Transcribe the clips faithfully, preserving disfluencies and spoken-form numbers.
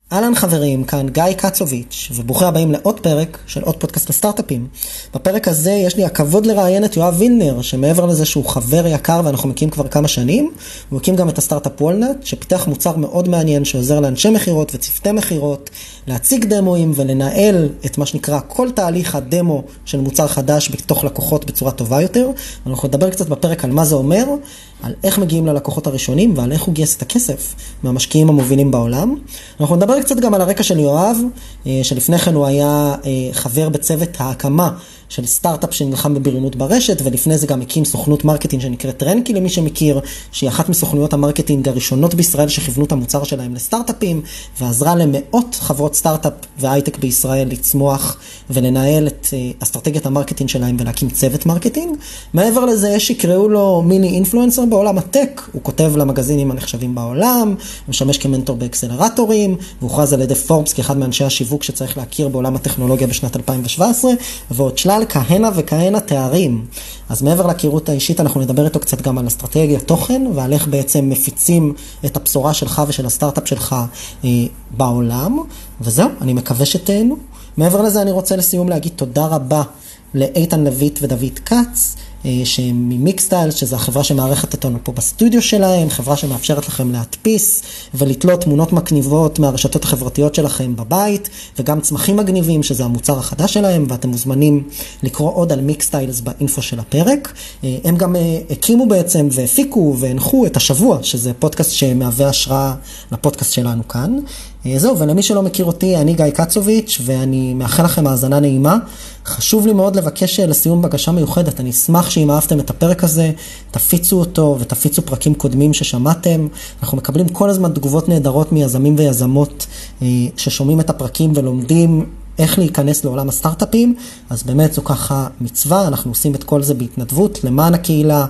אהלן חברים, כאן גיא קצוביץ', וברוכים הבאים לעוד פרק של עוד פודקאסט לסטארט-אפים. בפרק הזה יש לי הכבוד לראיין את יואב וילנר, שמעבר לזה שהוא חבר יקר ואנחנו מקים כבר כמה שנים, הוא מקים גם את הסטארט-אפ וולנט, שפיתח מוצר מאוד מעניין שעוזר לאנשי מחירות וצוותי מחירות, להציג דמוים ולנהל את מה שנקרא כל תהליך הדמו של מוצר חדש בתוך לקוחות בצורה טובה יותר. אנחנו נדבר קצת בפרק על מה זה אומר, על איך מגיעים ללקוחות הראשונים ועל איך הוא גייס את הכסף מהמשקיעים המובילים בעולם. אנחנו נדבר קצת גם על הרקע של יואב, שלפני כן הוא היה חבר בצוות ההקמה של סטארט-אפ שנלחם בבריונות ברשת, ולפני זה גם הקים סוכנות מרקטינג שנקראת טרנקי למי שמכיר, שהיא אחת מסוכנויות המרקטינג הראשונות בישראל שכיוונו את המוצר שלהם לסטארט-אפים, ועזרה למאות חברות סטארט-אפ והייטק בישראל לצמוח ולנהל את אסטרטגיית המרקטינג שלהם ולהקים צוות מרקטינג. מעבר לזה יש שיקראו לו מיני אינפלואנסר בעולם הטק, הוא כותב למגזינים הנחשבים בעולם, הוא משמש כמנטור באקסלרטורים, והוכרז על ידי פורבס כאחד מאנשי השיווק שצריך להכיר בעולם הטכנולוגיה בשנת אלפיים שבע עשרה, ועוד שלל כהנה וכהנה תארים. אז מעבר להכירות האישית אנחנו נדבר איתו קצת גם על אסטרטגיה תוכן, ועל איך בעצם מפיצים את הבשורה שלך ושל הסטארט-אפ שלך אה, בעולם, וזהו, אני מקווה שתהנו. מעבר לזה אני רוצה לסיום להגיד תודה רבה לאיתן לויט ודוד קץ, שהם ממיקסטיילס, שזו החברה שמערכת אותנו פה בסטודיו שלהם, חברה שמאפשרת לכם להדפיס ולתלות תמונות מקניבות מהרשתות החברתיות שלכם בבית, וגם צמחים מגניבים, שזה המוצר החדש שלהם, ואתם מוזמנים לקרוא עוד על מיקסטיילס באינפו של הפרק. הם גם הקימו בעצם והפיקו והנחו את השבוע, שזה פודקאסט שמהווה השראה לפודקאסט שלנו כאן. זהו, ולמי שלא מכיר אותי, אני גיא קצוביץ', ואני מאחל לכם האזנה נעימה. חשוב לי מאוד לבקש לסיום בקשה מיוחדת. אני אשמח שאם אהבתם את הפרק הזה, תפיצו אותו ותפיצו פרקים קודמים ששמעתם. אנחנו מקבלים כל הזמן תגובות נהדרות מיזמים ויזמות ששומעים את הפרקים ולומדים איך להיכנס לעולם הסטארט-אפים. אז באמת זו ככה מצווה, אנחנו עושים את כל זה בהתנדבות למען הקהילה.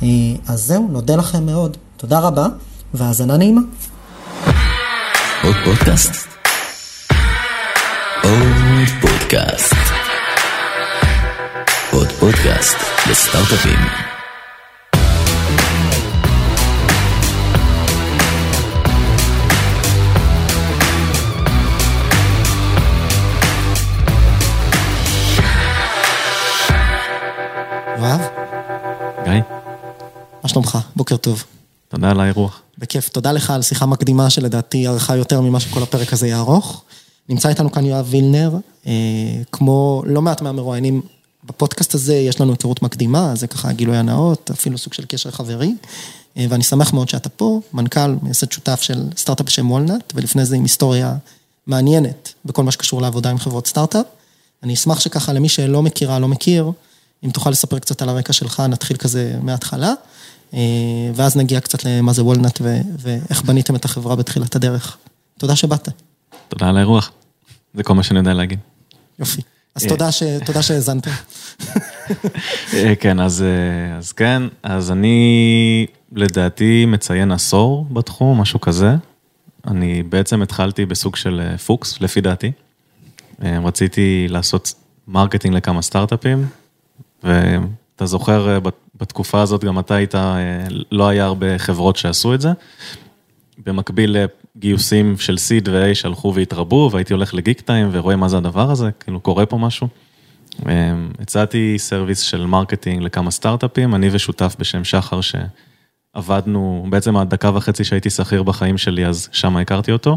אז זהו, נודה לכם מאוד. תודה רבה, והאזנה נעימה. עוד פודקאסט? עוד פודקאסט. עוד פודקאסט לסטארט-אפים. יואב? גיא? מה שלומך? בוקר טוב. תודה על האירוח. בכיף, תודה לך על שיחה מקדימה שלדעתי ערכה יותר ממה שכל הפרק הזה יערוך. נמצא איתנו כאן יואב וילנר, אה, כמו לא מעט מהמרואיינים בפודקאסט הזה, יש לנו היכרות מקדימה, זה ככה גילוי הנאות, אפילו סוג של קשר חברי, אה, ואני שמח מאוד שאתה פה, מנכ"ל, מייסד שותף של סטארט-אפ בשם וולנט, ולפני זה עם היסטוריה מעניינת בכל מה שקשור לעבודה עם חברות סטארט-אפ. אני אשמח שככה למי שלא מכירה, לא מכיר, אם תוכל לספר קצת על הרקע שלך, נתחיל כזה מההתחלה. ואז נגיע קצת למה זה וולנט ואיך בניתם את החברה בתחילת הדרך. תודה שבאת. תודה על האירוח. זה כל מה שאני יודע להגיד. יופי. אז תודה שהזנתם. כן, אז כן. אז אני לדעתי מציין עשור בתחום, משהו כזה. אני בעצם התחלתי בסוג של פוקס, לפי דעתי. רציתי לעשות מרקטינג לכמה סטארט-אפים, ואתה זוכר בתקופה הזאת גם אתה היית, לא היה הרבה חברות שעשו את זה. במקביל לגיוסים של סיד ו-A שהלכו והתרבו, והייתי הולך לגיק טיים ורואה מה זה הדבר הזה, כאילו קורה פה משהו. הצעתי סרוויס של מרקטינג לכמה סטארט-אפים, אני ושותף בשם שחר שעבדנו, בעצם הדקה וחצי שהייתי שכיר בחיים שלי, אז שם הכרתי אותו.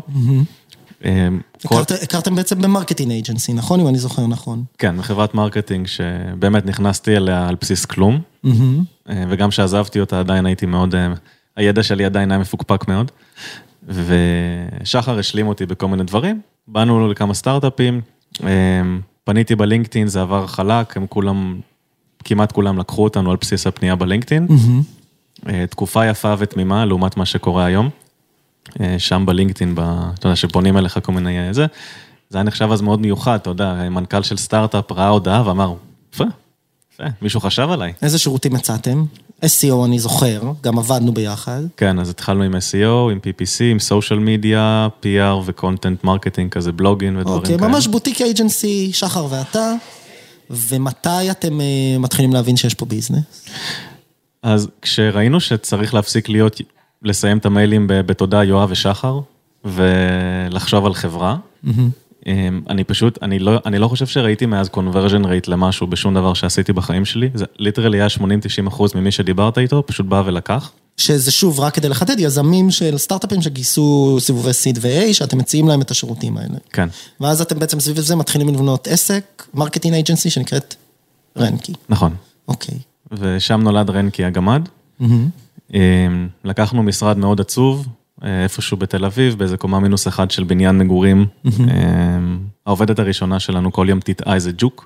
הכרתם בעצם במרקטינג אייג'נסי, נכון? אם אני זוכר נכון. כן, בחברת מרקטינג שבאמת נכנסתי אליה על בסיס כלום, וגם שעזבתי אותה עדיין הייתי מאוד, הידע שלי עדיין היה מפוקפק מאוד, ושחר השלים אותי בכל מיני דברים, באנו לכמה סטארט-אפים, פניתי בלינקדאין, זה עבר חלק, הם כולם, כמעט כולם לקחו אותנו על בסיס הפנייה בלינקדאין, תקופה יפה ותמימה לעומת מה שקורה היום, שם בלינקדאין, אתה יודע, שפונים אליך כל מיני זה, זה היה נחשב אז מאוד מיוחד, אתה יודע, מנכ"ל של סטארט-אפ ראה הודעה ואמר, יפה, יפה, מישהו חשב עליי. איזה שירותים מצאתם? אס אי או אני זוכר, גם עבדנו ביחד. כן, אז התחלנו עם אס אי או, עם פי פי סי, עם סושיאל מדיה, פי אר וקונטנט מרקטינג, כזה בלוגין ודברים כאלה. אוקיי, ממש בוטיק אייג'נסי, שחר ואתה, ומתי אתם מתחילים להבין שיש פה ביזנס? אז כשראינו שצריך להפסיק להיות, לסיים את המיילים בתודה יואב ושחר, ולחשוב על חברה. אני פשוט, אני לא, אני לא חושב שראיתי מאז conversion rate למשהו בשום דבר שעשיתי בחיים שלי. זה ליטרלי היה שמונים עד תשעים אחוז ממי שדיברת איתו, פשוט בא ולקח. שזה שוב, רק כדי לחדד, יזמים של סטארט-אפים שגייסו סיבובי seed ו-A, שאתם מציעים להם את השירותים האלה. כן. ואז אתם בעצם סביב זה מתחילים לבנות עסק, מרקטינג אייג'נסי שנקראת רנקי. נכון. אוקיי. ושם נולד רנקי הגמד. לקחנו משרד מאוד עצוב, איפשהו בתל אביב, באיזה קומה מינוס אחד של בניין מגורים. העובדת הראשונה שלנו כל יום תטעה איזה ג'וק,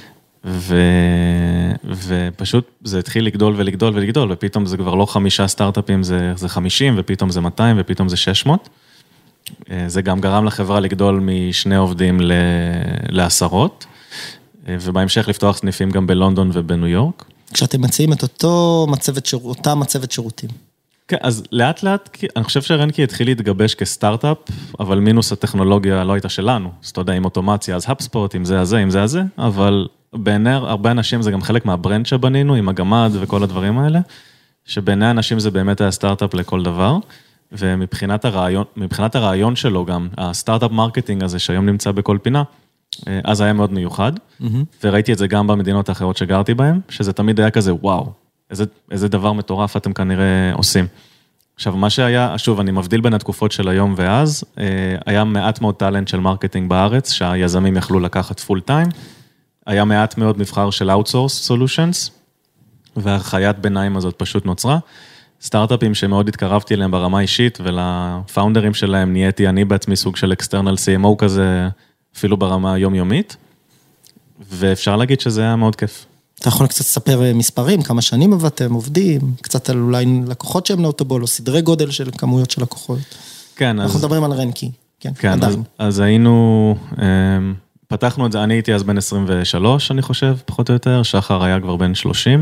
ופשוט זה התחיל לגדול ולגדול ולגדול, ופתאום זה כבר לא חמישה סטארט-אפים, זה חמישים, ופתאום זה מאתיים, ופתאום זה שש מאות. זה גם גרם לחברה לגדול משני עובדים לעשרות, ובהמשך לפתוח סניפים גם בלונדון ובניו יורק. כשאתם מציעים את אותו מצבת שירות, אותה מצבת שירותים. כן, אז לאט לאט, אני חושב שרנקי התחיל להתגבש כסטארט-אפ, אבל מינוס הטכנולוגיה לא הייתה שלנו. אז אתה יודע, עם אוטומציה, אז HubSpot, עם זה הזה, עם זה הזה, אבל בעיני הרבה אנשים זה גם חלק מהברנד שבנינו, עם הגמד וכל הדברים האלה, שבעיני אנשים זה באמת היה סטארט-אפ לכל דבר, ומבחינת הרעיון, מבחינת הרעיון שלו גם, הסטארט-אפ מרקטינג הזה שהיום נמצא בכל פינה, אז היה מאוד מיוחד, וראיתי את זה גם במדינות האחרות שגרתי בהן, שזה תמיד היה כזה, וואו, איזה, איזה דבר מטורף אתם כנראה עושים. עכשיו, מה שהיה, שוב, אני מבדיל בין התקופות של היום ואז, היה מעט מאוד טלנט של מרקטינג בארץ, שהיזמים יכלו לקחת פול טיים, היה מעט מאוד מבחר של Outsource Solutions, והחיית ביניים הזאת פשוט נוצרה. סטארט-אפים שמאוד התקרבתי אליהם ברמה אישית, ולפאונדרים שלהם נהייתי אני בעצמי סוג של external סי אם או כזה, אפילו ברמה יומיומית, ואפשר להגיד שזה היה מאוד כיף. אתה יכול קצת לספר מספרים, כמה שנים אתם עובדים, קצת על אולי לקוחות שהם נוטובול, או סדרי גודל של כמויות של לקוחות. כן, אנחנו מדברים על רנקי, כן, כן, אז, אז היינו, פתחנו את זה, אני הייתי אז בן עשרים ושלוש, אני חושב, פחות או יותר, שחר היה כבר בן שלושים.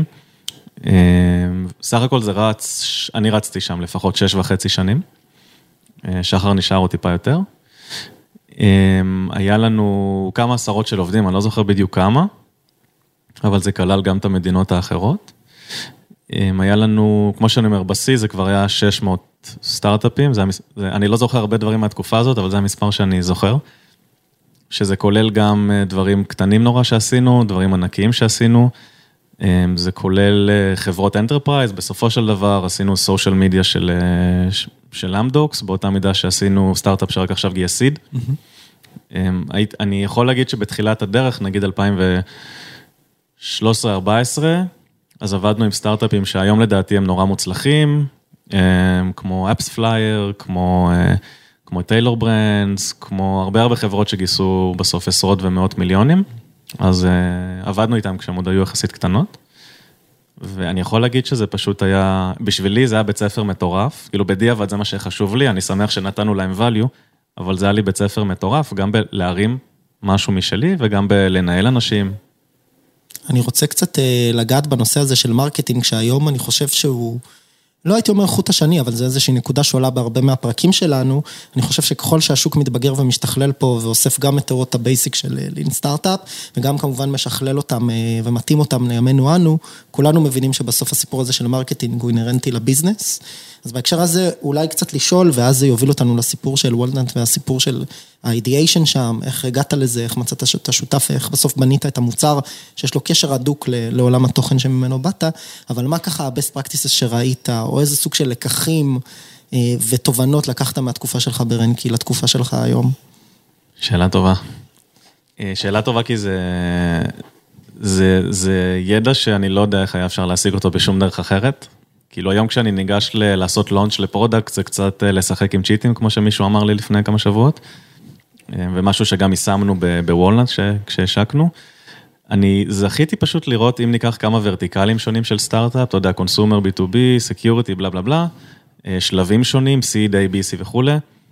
סך הכל זה רץ, אני רצתי שם לפחות שש וחצי שנים. שחר נשאר עוד טיפה יותר. היה לנו כמה עשרות של עובדים, אני לא זוכר בדיוק כמה, אבל זה כלל גם את המדינות האחרות. היה לנו, כמו שאני אומר, בשיא זה כבר היה שש מאות סטארט-אפים, זה, זה, אני לא זוכר הרבה דברים מהתקופה הזאת, אבל זה המספר שאני זוכר, שזה כולל גם דברים קטנים נורא שעשינו, דברים ענקיים שעשינו, זה כולל חברות אנטרפרייז, בסופו של דבר עשינו סושיאל מדיה של, של אמדוקס, באותה מידה שעשינו סטארט-אפ שרק עכשיו גייס סיד. אני יכול להגיד שבתחילת הדרך, נגיד אלפיים ושלוש עשרה ארבע עשרה, אז עבדנו עם סטארט-אפים שהיום לדעתי הם נורא מוצלחים, כמו אפס פלייר, כמו, כמו טיילור ברנדס, כמו הרבה הרבה חברות שגייסו בסוף עשרות ומאות מיליונים, אז עבדנו איתם כשהם עוד היו יחסית קטנות, ואני יכול להגיד שזה פשוט היה, בשבילי זה היה בית ספר מטורף, כאילו בדיעבד זה מה שחשוב לי, אני שמח שנתנו להם value, אבל זה היה לי בית ספר מטורף, גם בלהרים משהו משלי, וגם בלנהל אנשים. אני רוצה קצת לגעת בנושא הזה של מרקטינג, שהיום אני חושב שהוא, לא הייתי אומר חוט השני, אבל זה איזושהי נקודה שעולה בהרבה מהפרקים שלנו, אני חושב שככל שהשוק מתבגר ומשתכלל פה, ואוסף גם את תיאוריות הבייסיק של לין סטארט-אפ, וגם כמובן משכלל אותם ומתאים אותם לימינו אנו, כולנו מבינים שבסוף הסיפור הזה של מרקטינג הוא אינרנטי לביזנס, אז בהקשר הזה אולי קצת לשאול, ואז זה יוביל אותנו לסיפור של וולנט והסיפור של האידיאשן שם, איך הגעת לזה, איך מצאת את השותף, איך בסוף בנית את המוצר, שיש לו קשר הדוק לעולם התוכן שממנו באת, אבל מה ככה ה-best practices שראית, או איזה סוג של לקחים ותובנות לקחת מהתקופה שלך ברנקי לתקופה שלך היום? שאלה טובה. שאלה טובה כי זה, זה, זה ידע שאני לא יודע איך היה אפשר להשיג אותו בשום דרך אחרת. כאילו היום כשאני ניגש ל- לעשות לונץ' לפרודקט, זה קצת לשחק עם צ'יטים, כמו שמישהו אמר לי לפני כמה שבועות, ומשהו שגם יישמנו בוולנט כשהשקנו. אני זכיתי פשוט לראות אם ניקח כמה ורטיקלים שונים של סטארט-אפ, אתה יודע, קונסומר, בי טו בי, סקיוריטי, בלה בלה בלה, שלבים שונים, C, D, B, C וכו'.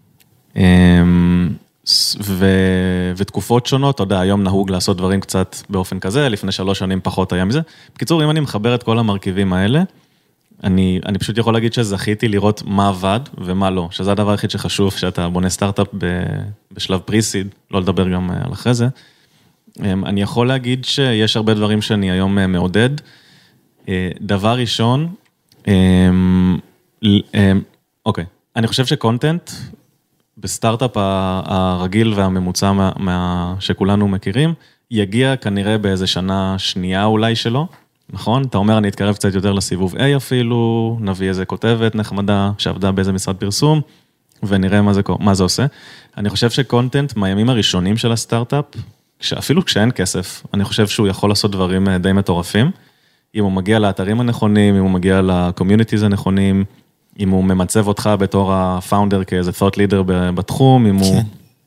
ו... ותקופות שונות, אתה יודע, היום נהוג לעשות דברים קצת באופן כזה, לפני שלוש שנים פחות היה מזה. בקיצור, אם אני מחבר את כל המרכיבים האלה, אני, אני פשוט יכול להגיד שזכיתי לראות מה עבד ומה לא, שזה הדבר היחיד שחשוב, שאתה בונה סטארט-אפ בשלב פרי-סיד, לא לדבר גם על אחרי זה. אני יכול להגיד שיש הרבה דברים שאני היום מעודד. דבר ראשון, אוקיי, אני חושב שקונטנט, בסטארט-אפ הרגיל והממוצע מה, מה, שכולנו מכירים, יגיע כנראה באיזה שנה שנייה אולי שלו, נכון? אתה אומר, אני אתקרב קצת יותר לסיבוב A אפילו, נביא איזה כותבת נחמדה שעבדה באיזה משרד פרסום, ונראה מה זה, מה זה עושה. אני חושב שקונטנט מהימים הראשונים של הסטארט-אפ, אפילו כשאין כסף, אני חושב שהוא יכול לעשות דברים די מטורפים, אם הוא מגיע לאתרים הנכונים, אם הוא מגיע לקומיוניטיז הנכונים, אם הוא ממצב אותך בתור הפאונדר כאיזה thought leader בתחום, אם הוא...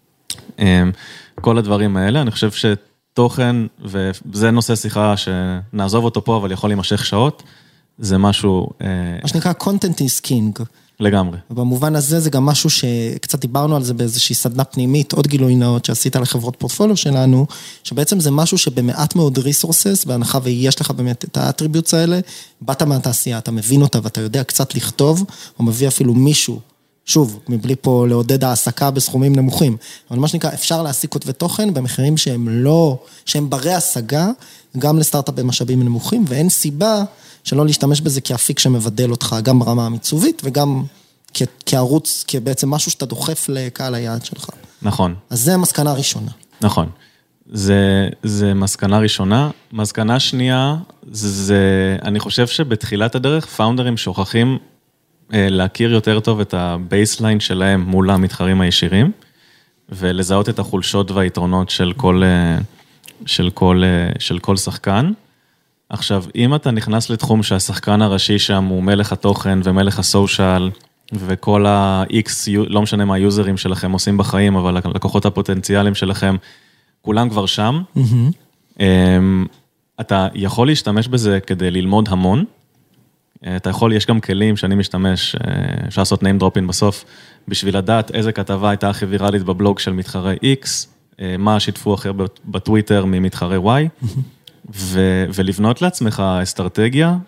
כן. כל הדברים האלה, אני חושב שתוכן, וזה נושא שיחה שנעזוב אותו פה, אבל יכול להימשך שעות, זה משהו... מה שנקרא content is king. לגמרי. ובמובן הזה זה גם משהו שקצת דיברנו על זה באיזושהי סדנה פנימית, עוד גילוי נאות שעשית לחברות פורטפוליו שלנו, שבעצם זה משהו שבמעט מאוד resources, בהנחה ויש לך באמת את האטריביוטס האלה, באת מהתעשייה, אתה מבין אותה ואתה יודע קצת לכתוב, או מביא אפילו מישהו, שוב, מבלי פה לעודד העסקה בסכומים נמוכים, אבל מה שנקרא, אפשר להשיג כותבי תוכן במחירים שהם לא, שהם ברי השגה, גם לסטארט-אפ במשאבים נמוכים, ואין סיבה שלא להשתמש בזה כאפיק שמבדל אותך, גם ברמה המיצובית, וגם כ- כערוץ, כבעצם משהו שאתה דוחף לקהל היעד שלך. נכון. אז זה המסקנה הראשונה. נכון. זה, זה מסקנה ראשונה. מסקנה שנייה, זה, זה, אני חושב שבתחילת הדרך, פאונדרים שוכחים אה, להכיר יותר טוב את הבייסליין שלהם מול המתחרים הישירים, ולזהות את החולשות והיתרונות של כל, אה, של כל, אה, של כל שחקן. עכשיו, אם אתה נכנס לתחום שהשחקן הראשי שם הוא מלך התוכן ומלך הסושיאל, וכל ה-X, לא משנה מה היוזרים שלכם עושים בחיים, אבל הלקוחות הפוטנציאליים שלכם, כולם כבר שם, mm-hmm. אתה יכול להשתמש בזה כדי ללמוד המון, אתה יכול, יש גם כלים שאני משתמש, אפשר לעשות name dropping בסוף, בשביל לדעת איזה כתבה הייתה הכי ויראלית בבלוג של מתחרה X, מה שיתפו אחר בטוויטר ממתחרה Y, mm-hmm. ו- ולבנות לעצמך אסטרטגיה,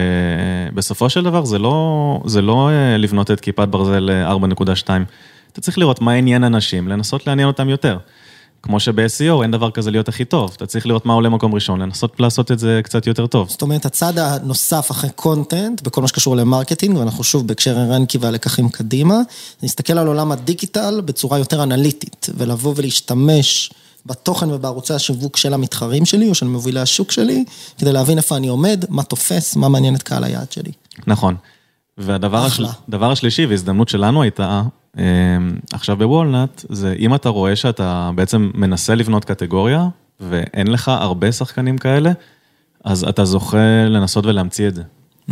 שבסופו של דבר זה לא, זה לא לבנות את כיפת ברזל ארבע נקודה שתיים. אתה צריך לראות מה עניין אנשים, לנסות לעניין אותם יותר. כמו שב-אס אי או אין דבר כזה להיות הכי טוב. אתה צריך לראות מה עולה מקום ראשון, לנסות לעשות את זה קצת יותר טוב. זאת אומרת, הצד הנוסף אחרי קונטנט, בכל מה שקשור למרקטינג, ואנחנו שוב בהקשר רנקי והלקחים קדימה, נסתכל על עולם הדיגיטל בצורה יותר אנליטית, ולבוא ולהשתמש בתוכן ובערוצי השיווק של המתחרים שלי, או של מובילי השוק שלי, כדי להבין איפה אני עומד, מה תופס, מה מעניין את קהל היעד שלי. נכון. והדבר השל... דבר השלישי, והזדמנות שלנו הייתה, עכשיו בוולנט, זה אם אתה רואה שאתה בעצם מנסה לבנות קטגוריה, ואין לך הרבה שחקנים כאלה, אז אתה זוכה לנסות ולהמציא את זה.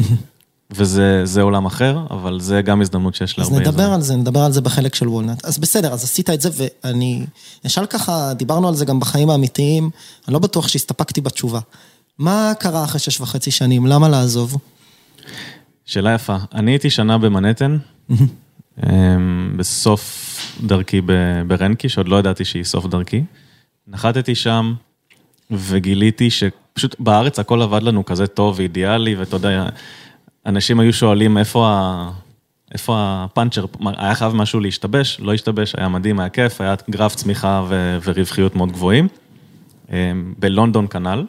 וזה זה עולם אחר, אבל זה גם הזדמנות שיש להרבה. אז נדבר על זה, נדבר על זה בחלק של וולנט. אז בסדר, אז עשית את זה, ואני אשאל ככה, דיברנו על זה גם בחיים האמיתיים, אני לא בטוח שהסתפקתי בתשובה. מה קרה אחרי שש וחצי שנים? למה לעזוב? שאלה יפה. אני הייתי שנה במנהטן, בסוף דרכי ברנקי, שעוד לא ידעתי שהיא סוף דרכי. נחתתי שם, וגיליתי שפשוט בארץ הכל עבד לנו כזה טוב ואידיאלי, ואתה יודע, אנשים היו שואלים איפה, ה... איפה הפאנצ'ר, היה חייב משהו להשתבש, לא השתבש, היה מדהים, היה כיף, היה גרף צמיחה ו... ורווחיות מאוד גבוהים. בלונדון כנ"ל,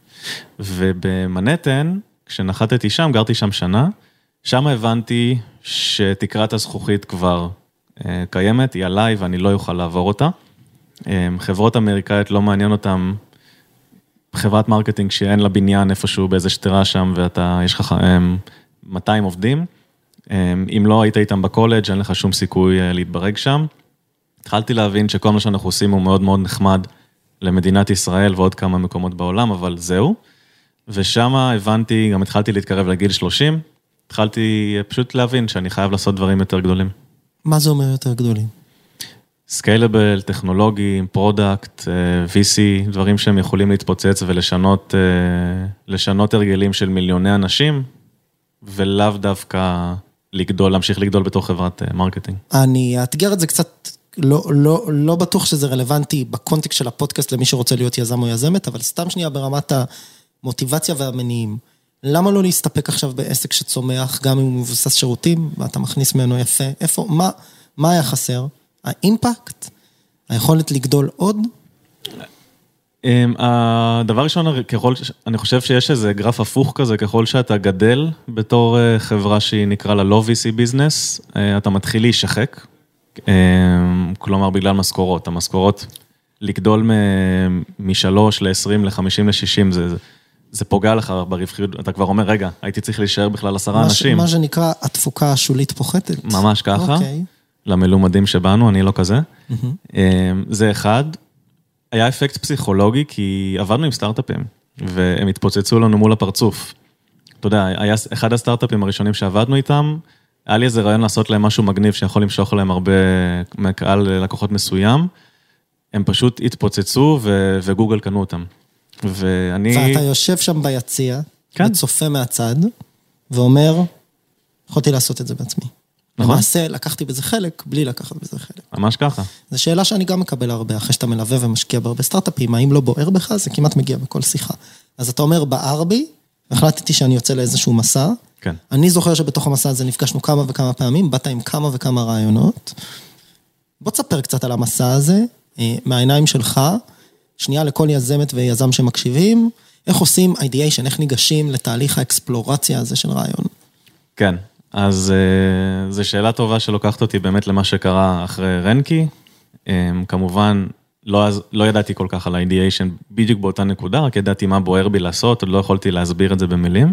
ובמנהטן, כשנחתתי שם, גרתי שם שנה, שם הבנתי שתקרת הזכוכית כבר קיימת, היא עליי ואני לא יוכל לעבור אותה. חברות אמריקאית לא מעניין אותם, חברת מרקטינג שאין לה בניין איפשהו באיזה שתרה שם, ואתה, יש לך מאתיים עובדים, אם לא היית איתם בקולג' אין לך שום סיכוי להתברג שם. התחלתי להבין שכל מה שאנחנו עושים הוא מאוד מאוד נחמד למדינת ישראל ועוד כמה מקומות בעולם, אבל זהו. ושם הבנתי, גם התחלתי להתקרב לגיל שלושים, התחלתי פשוט להבין שאני חייב לעשות דברים יותר גדולים. מה זה אומר יותר גדולים? סקיילבל, טכנולוגי, פרודקט, וי סי, דברים שהם יכולים להתפוצץ ולשנות לשנות הרגלים של מיליוני אנשים, ולאו דווקא לגדול, להמשיך לגדול בתור חברת מרקטינג. אני אתגר את זה קצת, לא, לא, לא בטוח שזה רלוונטי בקונטקסט של הפודקאסט למי שרוצה להיות יזם או יזמת, אבל סתם שנייה ברמת המוטיבציה והמניעים. למה לא להסתפק עכשיו בעסק שצומח, גם אם הוא מבוסס שירותים, ואתה מכניס ממנו יפה? איפה, מה, מה היה חסר? האימפקט? היכולת לגדול עוד? הדבר ראשון, ככל, אני חושב שיש איזה גרף הפוך כזה, ככל שאתה גדל בתור חברה שהיא נקרא לה לא וי סי ביזנס, אתה מתחיל להישחק, כלומר, בגלל משכורות. המשכורות, לגדול משלוש ל-עשרים, ל-חמישים, ל-שישים, זה... זה פוגע לך ברווחיות, אתה כבר אומר, רגע, הייתי צריך להישאר בכלל עשרה אנשים. מה שנקרא, התפוקה השולית פוחתת. ממש ככה, למלומדים שבאנו, אני לא כזה. זה אחד. היה אפקט פסיכולוגי, כי עבדנו עם סטארט-אפים, והם התפוצצו לנו מול הפרצוף. אתה יודע, היה אחד הסטארט-אפים הראשונים שעבדנו איתם, היה לי איזה רעיון לעשות להם משהו מגניב, שיכול למשוך להם הרבה מקהל לקוחות מסוים, הם פשוט התפוצצו, וגוגל קנו אותם. ואני... ואתה יושב שם ביציע, כן. וצופה מהצד, ואומר, יכולתי לעשות את זה בעצמי. נכון. למעשה, לקחתי בזה חלק, בלי לקחת בזה חלק. ממש ככה. זו שאלה שאני גם מקבל הרבה, אחרי שאתה מלווה ומשקיע בהרבה סטארט-אפים, האם לא בוער בך, זה כמעט מגיע בכל שיחה. אז אתה אומר, בער בי, והחלטתי שאני יוצא לאיזשהו מסע. כן. אני זוכר שבתוך המסע הזה נפגשנו כמה וכמה פעמים, באת עם כמה וכמה רעיונות. בוא תספר קצת על המסע הזה, מהעיניים שלך, שנייה לכל יזמת ויזם שמקשיבים, איך עושים אידיאשן, איך ניגשים לתהליך האקספלורציה הזה של רעיון? כן, אז זו שאלה טובה שלוקחת אותי באמת למה שקרה אחרי רנקי. כמובן, לא, לא ידעתי כל כך על האידיאשן בדיוק באותה נקודה, רק ידעתי מה בוער בי לעשות, עוד לא יכולתי להסביר את זה במילים.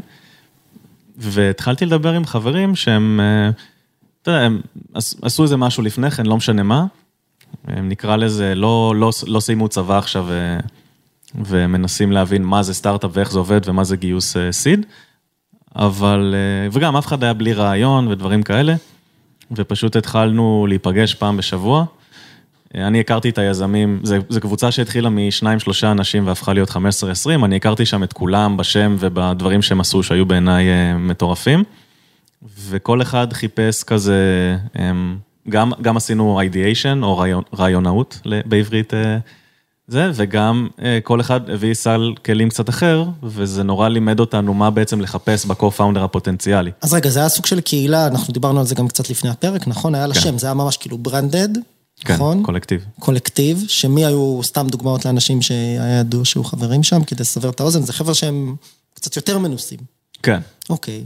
והתחלתי לדבר עם חברים שהם, אתה יודע, הם עשו איזה משהו לפני כן, לא משנה מה, נקרא לזה, לא, לא, לא סיימו צבא עכשיו ו, ומנסים להבין מה זה סטארט-אפ ואיך זה עובד ומה זה גיוס סיד, אבל, וגם אף אחד היה בלי רעיון ודברים כאלה, ופשוט התחלנו להיפגש פעם בשבוע. אני הכרתי את היזמים, זה, זה קבוצה שהתחילה משניים, שלושה אנשים והפכה להיות חמש עשרה עשרים, אני הכרתי שם את כולם בשם ובדברים שהם עשו שהיו בעיניי מטורפים, וכל אחד חיפש כזה... גם, גם עשינו ideation או רעיון, רעיונאות בעברית זה, וגם כל אחד הביא סל כלים קצת אחר, וזה נורא לימד אותנו מה בעצם לחפש בקו-פאונדר הפוטנציאלי. אז רגע, זה היה סוג של קהילה, אנחנו דיברנו על זה גם קצת לפני הפרק, נכון? היה לשם, כן. זה היה ממש כאילו ברנדד, כן, נכון? קולקטיב. קולקטיב, שמי היו סתם דוגמאות לאנשים שהיה ידוע שהיו חברים שם, כדי לסבר את האוזן, זה חבר'ה שהם קצת יותר מנוסים. כן. אוקיי.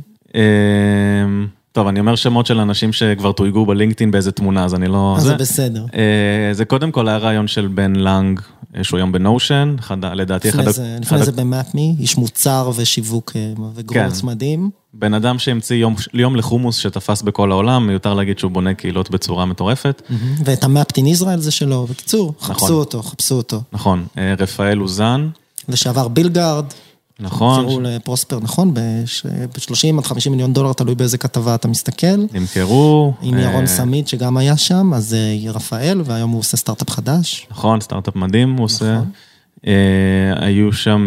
טוב, אני אומר שמות של אנשים שכבר תויגו בלינקדאין באיזה תמונה, אז אני לא... אז זה בסדר. זה קודם כל היה רעיון של בן לנג, שהוא היום בנושן, לדעתי אחד... לפני זה במאפמי, איש מוצר ושיווק וגרוץ מדהים. בן אדם שהמציא יום לחומוס שתפס בכל העולם, מיותר להגיד שהוא בונה קהילות בצורה מטורפת. ואת המאפטין ישראל זה שלו, בקיצור, חפשו אותו, חפשו אותו. נכון, רפאל אוזן. ושעבר בילגארד. נכון. נמכרו לפרוספר, נכון? ב-שלושים עד חמישים מיליון דולר, תלוי באיזה כתבה אתה מסתכל. נמכרו. עם ירון סמית שגם היה שם, אז רפאל, והיום הוא עושה סטארט-אפ חדש. נכון, סטארט-אפ מדהים הוא עושה. היו שם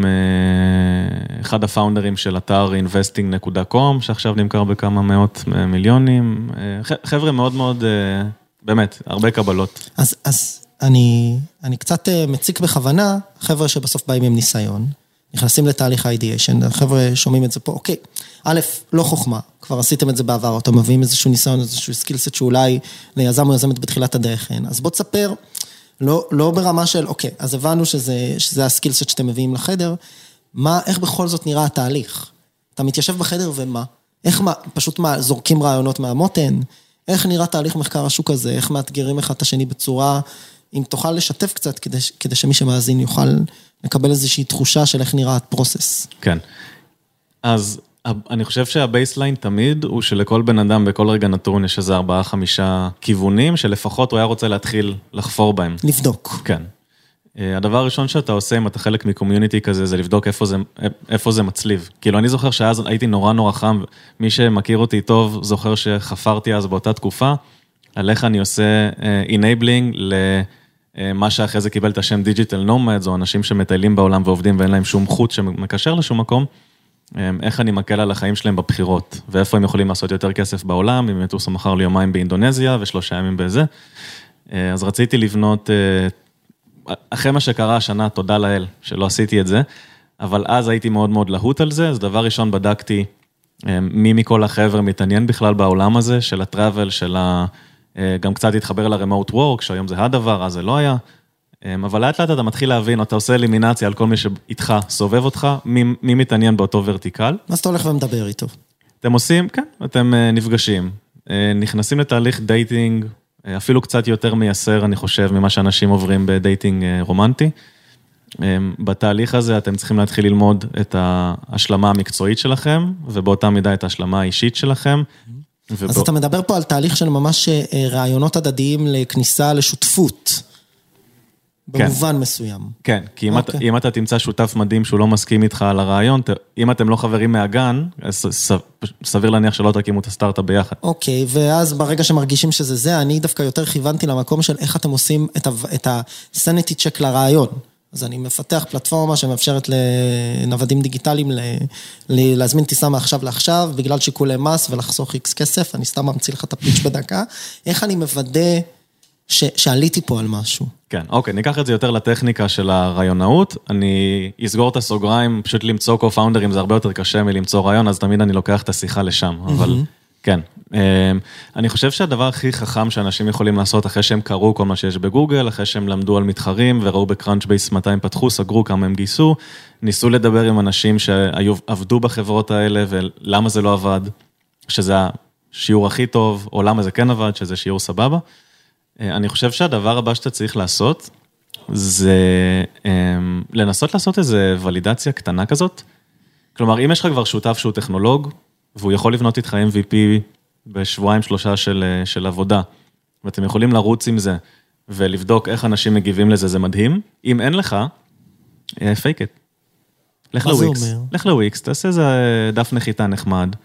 אחד הפאונדרים של אתר investing נקודה קום, שעכשיו נמכר בכמה מאות מיליונים. חבר'ה מאוד מאוד, באמת, הרבה קבלות. אז, אז אני, אני קצת מציק בכוונה, חבר'ה שבסוף באים עם ניסיון. נכנסים לתהליך ה-ideation, החבר'ה שומעים את זה פה, אוקיי, א', לא חוכמה, כבר עשיתם את זה בעבר, אתם מביאים איזשהו ניסיון, איזשהו סקילסט שאולי ליזם או יזמת בתחילת הדרך, אז בוא תספר, לא, לא ברמה של, אוקיי, אז הבנו שזה, שזה הסקילסט שאתם מביאים לחדר, מה, איך בכל זאת נראה התהליך? אתה מתיישב בחדר ומה? איך מה, פשוט מה, זורקים רעיונות מהמותן? איך נראה תהליך מחקר השוק הזה? איך מאתגרים אחד את השני בצורה, אם תוכל לשתף קצת, כדי, כדי שמי שמאזין יוכל לקבל איזושהי תחושה של איך נראה הפרוסס. כן. אז אני חושב שהבייסליין תמיד הוא שלכל בן אדם בכל רגע נתון יש איזה ארבעה, חמישה כיוונים שלפחות הוא היה רוצה להתחיל לחפור בהם. לבדוק. כן. הדבר הראשון שאתה עושה אם אתה חלק מקומיוניטי כזה זה לבדוק איפה זה, איפה זה מצליב. כאילו אני זוכר שאז הייתי נורא נורא חם, מי שמכיר אותי טוב זוכר שחפרתי אז באותה תקופה, על איך אני עושה enabling ל... מה שאחרי זה קיבל את השם דיג'יטל נומדס, או אנשים שמטיילים בעולם ועובדים ואין להם שום חוט שמקשר לשום מקום, איך אני מקל על החיים שלהם בבחירות, ואיפה הם יכולים לעשות יותר כסף בעולם, אם יטוסו מחר ליומיים באינדונזיה ושלושה ימים בזה. אז רציתי לבנות, אחרי מה שקרה השנה, תודה לאל, שלא עשיתי את זה, אבל אז הייתי מאוד מאוד להוט על זה, אז דבר ראשון בדקתי מי מכל החבר מתעניין בכלל בעולם הזה, של הטראבל, של ה... גם קצת התחבר ל-remote work, שהיום זה הדבר, אז זה לא היה. אבל לאט לאט אתה מתחיל להבין, אתה עושה אלימינציה על כל מי שאיתך, סובב אותך, מי, מי מתעניין באותו ורטיקל. אז אתה הולך ומדבר איתו. אתם עושים, כן, אתם נפגשים. נכנסים לתהליך דייטינג אפילו קצת יותר מייסר, אני חושב, ממה שאנשים עוברים בדייטינג רומנטי. בתהליך הזה אתם צריכים להתחיל ללמוד את ההשלמה המקצועית שלכם, ובאותה מידה את ההשלמה האישית שלכם. אז אתה מדבר פה על תהליך של ממש רעיונות הדדיים לכניסה לשותפות. במובן מסוים. כן, כי אם, okay. אתה, אם אתה תמצא שותף מדהים שהוא לא מסכים איתך על הרעיון, אם אתם לא חברים מהגן, סביר להניח שלא תקימו את הסטארט-אפ ביחד. אוקיי, okay, ואז ברגע שמרגישים שזה זה, אני דווקא יותר כיוונתי למקום של איך אתם עושים את, את ה-sanity check לרעיון. אז אני מפתח פלטפורמה שמאפשרת לנוודים דיגיטליים ל, ל, להזמין טיסה מעכשיו לעכשיו, בגלל שיקולי מס ולחסוך איקס כסף, אני סתם ממציא לך את הפיץ' בדקה. איך אני מוודא ש, שעליתי פה על משהו? כן, אוקיי, ניקח את זה יותר לטכניקה של הרעיונאות, אני אסגור את הסוגריים, פשוט למצוא קו-פאונדרים, זה הרבה יותר קשה מלמצוא רעיון, אז תמיד אני לוקח את השיחה לשם, אבל כן. אני חושב שהדבר הכי חכם שאנשים יכולים לעשות, אחרי שהם קראו כל מה שיש בגוגל, אחרי שהם למדו על מתחרים, וראו בקראנץ'-בייס מתי הם פתחו, סגרו כמה הם גייסו, ניסו לדבר עם אנשים שעבדו בחברות האלה, ולמה זה לא עבד, שזה השיעור הכי טוב, או למה זה כן עבד, שזה שיעור סבבה. אני חושב שהדבר הבא שאתה צריך לעשות, זה לנסות לעשות איזו ולידציה קטנה כזאת. כלומר, אם יש לך כבר שותף שהוא טכנולוג, והוא יכול לבנות איתך אם וי פי בשבועיים שלושה של, של עבודה, ואתם יכולים לרוץ עם זה, ולבדוק איך אנשים מגיבים לזה, זה מדהים. אם אין לך, פייק את. לך לוויקס. לך לוויקס, תעשה איזה דף נחיתה נחמד.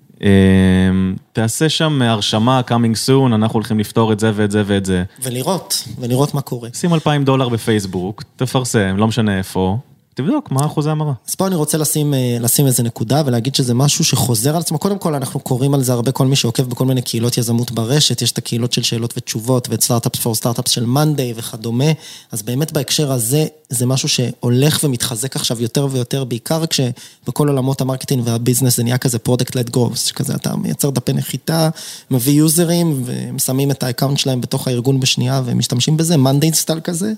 תעשה שם הרשמה, coming soon, אנחנו הולכים לפתור את זה ואת זה ואת זה. ולראות, ולראות מה קורה. שים אלפיים דולר בפייסבוק, תפרסם, לא משנה איפה, תבדוק מה אחוזי המרה. אז פה אני רוצה לשים, לשים איזה נקודה ולהגיד שזה משהו שחוזר על עצמו. קודם כל אנחנו קוראים על זה הרבה, כל מי שעוקב בכל מיני קהילות יזמות ברשת, יש את הקהילות של שאלות ותשובות, ואת סטארט-אפס פור סטארט-אפס של מנדיי וכדומה. אז באמת בהקשר הזה, זה משהו שהולך ומתחזק עכשיו יותר ויותר, בעיקר כשבכל עולמות המרקטינג והביזנס זה נהיה כזה product-led growth, שכזה אתה מייצר דפי נחיתה, מביא יוזרים, ושמים את האקאונט שלהם בתוך הארגון בשנייה, ומשתמשים בזה, מנדיי סטייל כזה.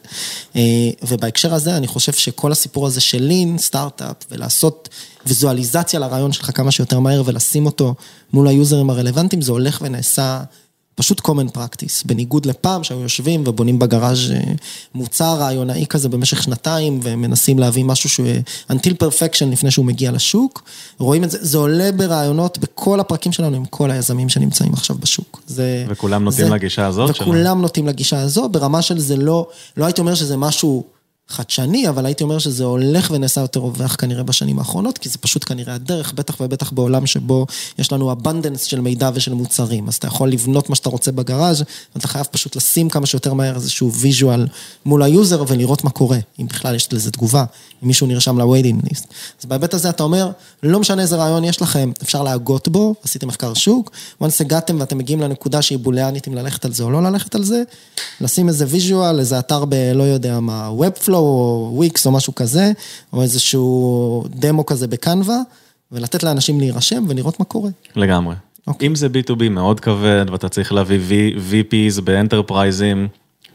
ובהקשר הזה אני חושב שכל הסיפור הזה של לין, סטארט-אפ, ולעשות ויזואליזציה לרעיון שלך כמה שיותר מהר, ולשים אותו מול היוזרים הרלוונטיים, זה הולך ונעשה פשוט common practice, בניגוד לפעם שהיו יושבים ובונים בגראז' מוצר רעיונאי כזה במשך שנתיים, ומנסים להביא משהו שהוא until perfection לפני שהוא מגיע לשוק, רואים את זה, זה עולה ברעיונות בכל הפרקים שלנו, עם כל היזמים שנמצאים עכשיו בשוק. זה, וכולם נוטים זה, לגישה הזאת? וכולם שלנו. נוטים לגישה הזו, ברמה של זה לא, לא הייתי אומר שזה משהו חדשני, אבל הייתי אומר שזה הולך ונעשה יותר רווח כנראה בשנים האחרונות, כי זה פשוט כנראה הדרך, בטח ובטח בעולם שבו יש לנו אבנדנס של מידע ושל מוצרים, אז אתה יכול לבנות מה שאתה רוצה בגראז', ואתה חייב פשוט לשים כמה שיותר מהר איזשהו ויז'ואל מול היוזר, ולראות מה קורה, אם בכלל יש לזה תגובה, אם מישהו נרשם ל-waiting list. אז בהיבט הזה אתה אומר, לא משנה איזה רעיון יש לכם, אפשר להגות בו, עשיתם מחקר שוק, once הגעתם ואתם מגיעים לנקודה שהיא בולאנית אם ללכת על זה או לא ללכת על זה, לשים איזה ויז'ואל, איזה אתר ב, לא יודע מה, Webflow או וויקס או משהו כזה, או איזשהו דמו כזה בקנווה, ולתת לאנשים להירשם ולראות מה קורה. לגמרי. Okay. אם זה בי טו בי מאוד כבד, ואתה צריך להביא וי פיז באנטרפרייזים,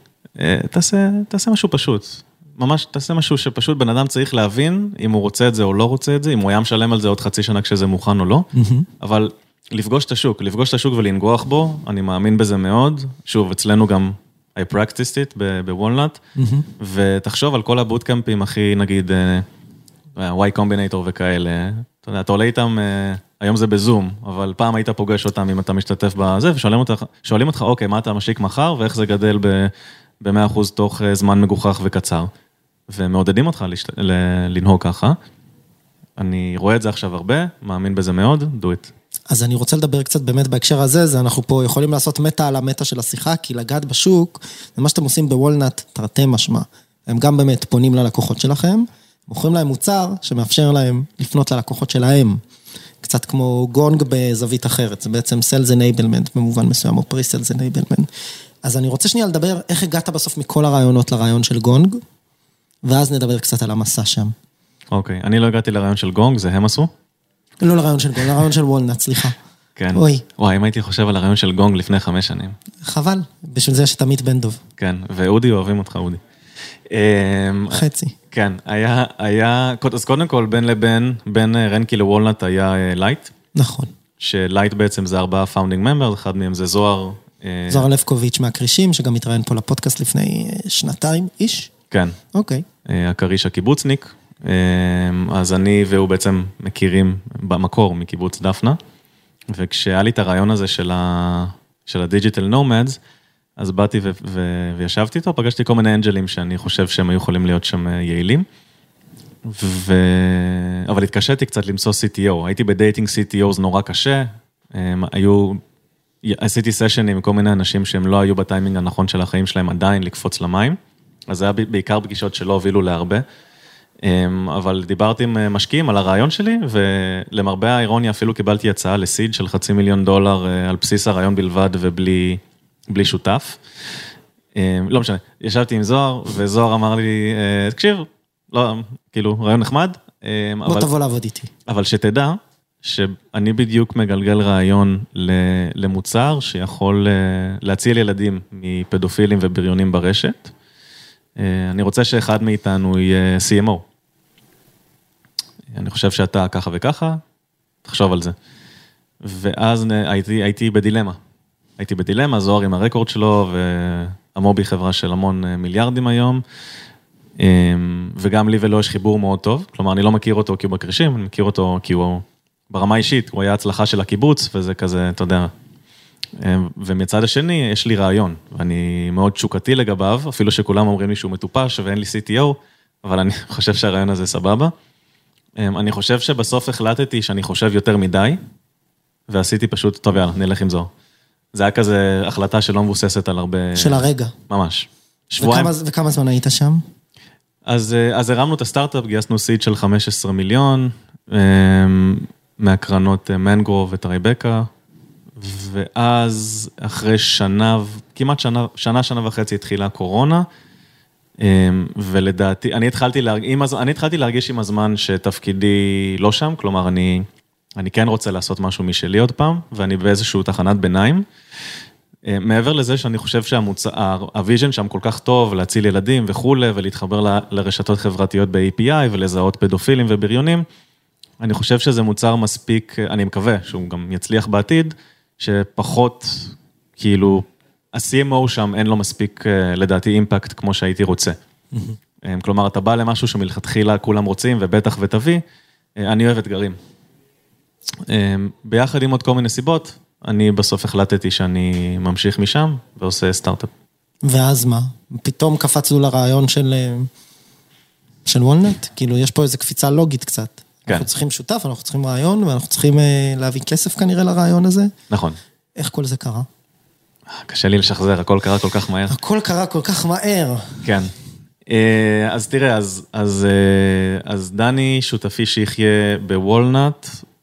תעשה, תעשה משהו פשוט. ממש תעשה משהו שפשוט בן אדם צריך להבין, אם הוא רוצה את זה או לא רוצה את זה, אם הוא היה משלם על זה עוד חצי שנה כשזה מוכן או לא, mm-hmm. אבל לפגוש את השוק, לפגוש את השוק ולנגוח בו, אני מאמין בזה מאוד. שוב, אצלנו גם I practiced it בוולנט, ותחשוב על כל הבוטקאמפים הכי, נגיד, Y Combinator וכאלה, אתה יודע, אתה עולה איתם, היום זה בזום, אבל פעם היית פוגש אותם אם אתה משתתף בזה, ושואלים אותך, שואלים אותך, אוקיי, מה אתה משיק מחר, ואיך זה גדל ב-מאה אחוז תוך זמן מגוחך וקצר, ומעודדים אותך לנהוג ככה. אני רואה את זה עכשיו הרבה, מאמין בזה מאוד, do it. אז אני רוצה לדבר קצת באמת בהקשר הזה, זה אנחנו פה יכולים לעשות מטה על המטה של השיחה, כי לגעת בשוק, זה מה שאתם עושים בוולנט, תרתי משמע. הם גם באמת פונים ללקוחות שלכם, מוכרים להם מוצר שמאפשר להם לפנות ללקוחות שלהם. קצת כמו גונג בזווית אחרת, זה בעצם Sales Enablement במובן מסוים, או Pre-Sales Enablement. אז אני רוצה שנייה לדבר איך הגעת בסוף מכל הרעיונות לרעיון של גונג, ואז נדבר קצת על המסע שם. אוקיי, אני לא הגעתי לרעיון של גונג, זה הם עשו? לא לרעיון של גונג, לרעיון של וולנט, סליחה. כן. אוי. וואי, אם הייתי חושב על הרעיון של גונג לפני חמש שנים. חבל, בשביל זה יש את עמית בן דוב. כן, ואודי אוהבים אותך, אודי. חצי. כן, היה, היה, אז קודם כל, בין לבין, בין רנקי לוולנט היה לייט. נכון. שלייט בעצם זה ארבעה פאונדינג ממברס, אחד מהם זה זוהר, זוהר לבקוביץ' מהקרישים, שגם התראיין פה לפודקאסט לפני שנתיים, איש? כן. אוקיי. הקריש הקיבוצניק, אז אני והוא בעצם מכירים במקור מקיבוץ דפנה, וכשהיה לי את הרעיון הזה של ה... של הדיג'יטל נומדס, אז באתי ו... ו... וישבתי איתו, פגשתי כל מיני אנג'לים שאני חושב שהם היו יכולים להיות שם יעילים, ו... אבל התקשיתי קצת למצוא סי טי או, הייתי בדייטינג סי טי או, זה נורא קשה, היו... עשיתי סשנים עם כל מיני אנשים שהם לא היו בטיימינג הנכון של החיים שלהם עדיין לקפוץ למים, אז זה היה בעיקר פגישות שלא הובילו להרבה, אבל דיברתי עם משקיעים על הרעיון שלי, ולמרבה האירוניה אפילו קיבלתי הצעה לסיד של חצי מיליון דולר על בסיס הרעיון בלבד ובלי בלי שותף. לא משנה, ישבתי עם זוהר, וזוהר אמר לי, תקשיב, לא, כאילו, רעיון נחמד. בוא תבוא לעבוד איתי. אבל שתדע, שאני בדיוק מגלגל רעיון למוצר שיכול להציל ילדים מפדופילים ובריונים ברשת. אני רוצה שאחד מאיתנו יהיה סי אם או. אני חושב שאתה ככה וככה, תחשוב על זה. ואז הייתי, הייתי בדילמה. הייתי בדילמה, זוהר עם הרקורד שלו, והמובי חברה של המון מיליארדים היום, וגם לי ולא יש חיבור מאוד טוב, כלומר, אני לא מכיר אותו כי הוא בקרישים, אני מכיר אותו כי הוא ברמה אישית, הוא היה הצלחה של הקיבוץ, וזה כזה, אתה יודע. ומצד השני, יש לי רעיון, ואני מאוד תשוקתי לגביו, אפילו שכולם אומרים לי שהוא מטופש ואין לי סי טי או, אבל אני חושב שהרעיון הזה סבבה. אני חושב שבסוף החלטתי שאני חושב יותר מדי, ועשיתי פשוט, טוב יאללה, נלך עם זו. זה היה כזה החלטה שלא מבוססת על הרבה... של הרגע. ממש. שבועיים. וכמה, וכמה זמן היית שם? אז, אז הרמנו את הסטארט-אפ, גייסנו סיד של חמישה עשר מיליון, מהקרנות מנגרוב וטרייבקה, ואז אחרי שנה, כמעט שנה, שנה, שנה וחצי התחילה הקורונה, ולדעתי, אני התחלתי, להרגיש, אני התחלתי להרגיש עם הזמן שתפקידי לא שם, כלומר, אני, אני כן רוצה לעשות משהו משלי עוד פעם, ואני באיזשהו תחנת ביניים. מעבר לזה שאני חושב שהוויז'ן שם כל כך טוב, להציל ילדים וכו', ולהתחבר לרשתות חברתיות ב-איי פי איי, ולזהות פדופילים ובריונים, אני חושב שזה מוצר מספיק, אני מקווה שהוא גם יצליח בעתיד, שפחות, כאילו, ה-סי אם או שם אין לו מספיק, לדעתי, אימפקט כמו שהייתי רוצה. כלומר, אתה בא למשהו שמלכתחילה כולם רוצים, ובטח ותביא, אני אוהב אתגרים. ביחד עם עוד כל מיני סיבות, אני בסוף החלטתי שאני ממשיך משם, ועושה סטארט-אפ. ואז מה? פתאום קפצנו לרעיון של, של וולנט? כאילו, יש פה איזו קפיצה לוגית קצת. כן. אנחנו צריכים שותף, אנחנו צריכים רעיון, ואנחנו צריכים להביא כסף כנראה לרעיון הזה. נכון. איך כל זה קרה? קשה לי לשחזר, הכל קרה כל כך מהר. הכל קרה כל כך מהר. כן. אז תראה, אז, אז, אז דני, שותפי שיחיה בוולנט,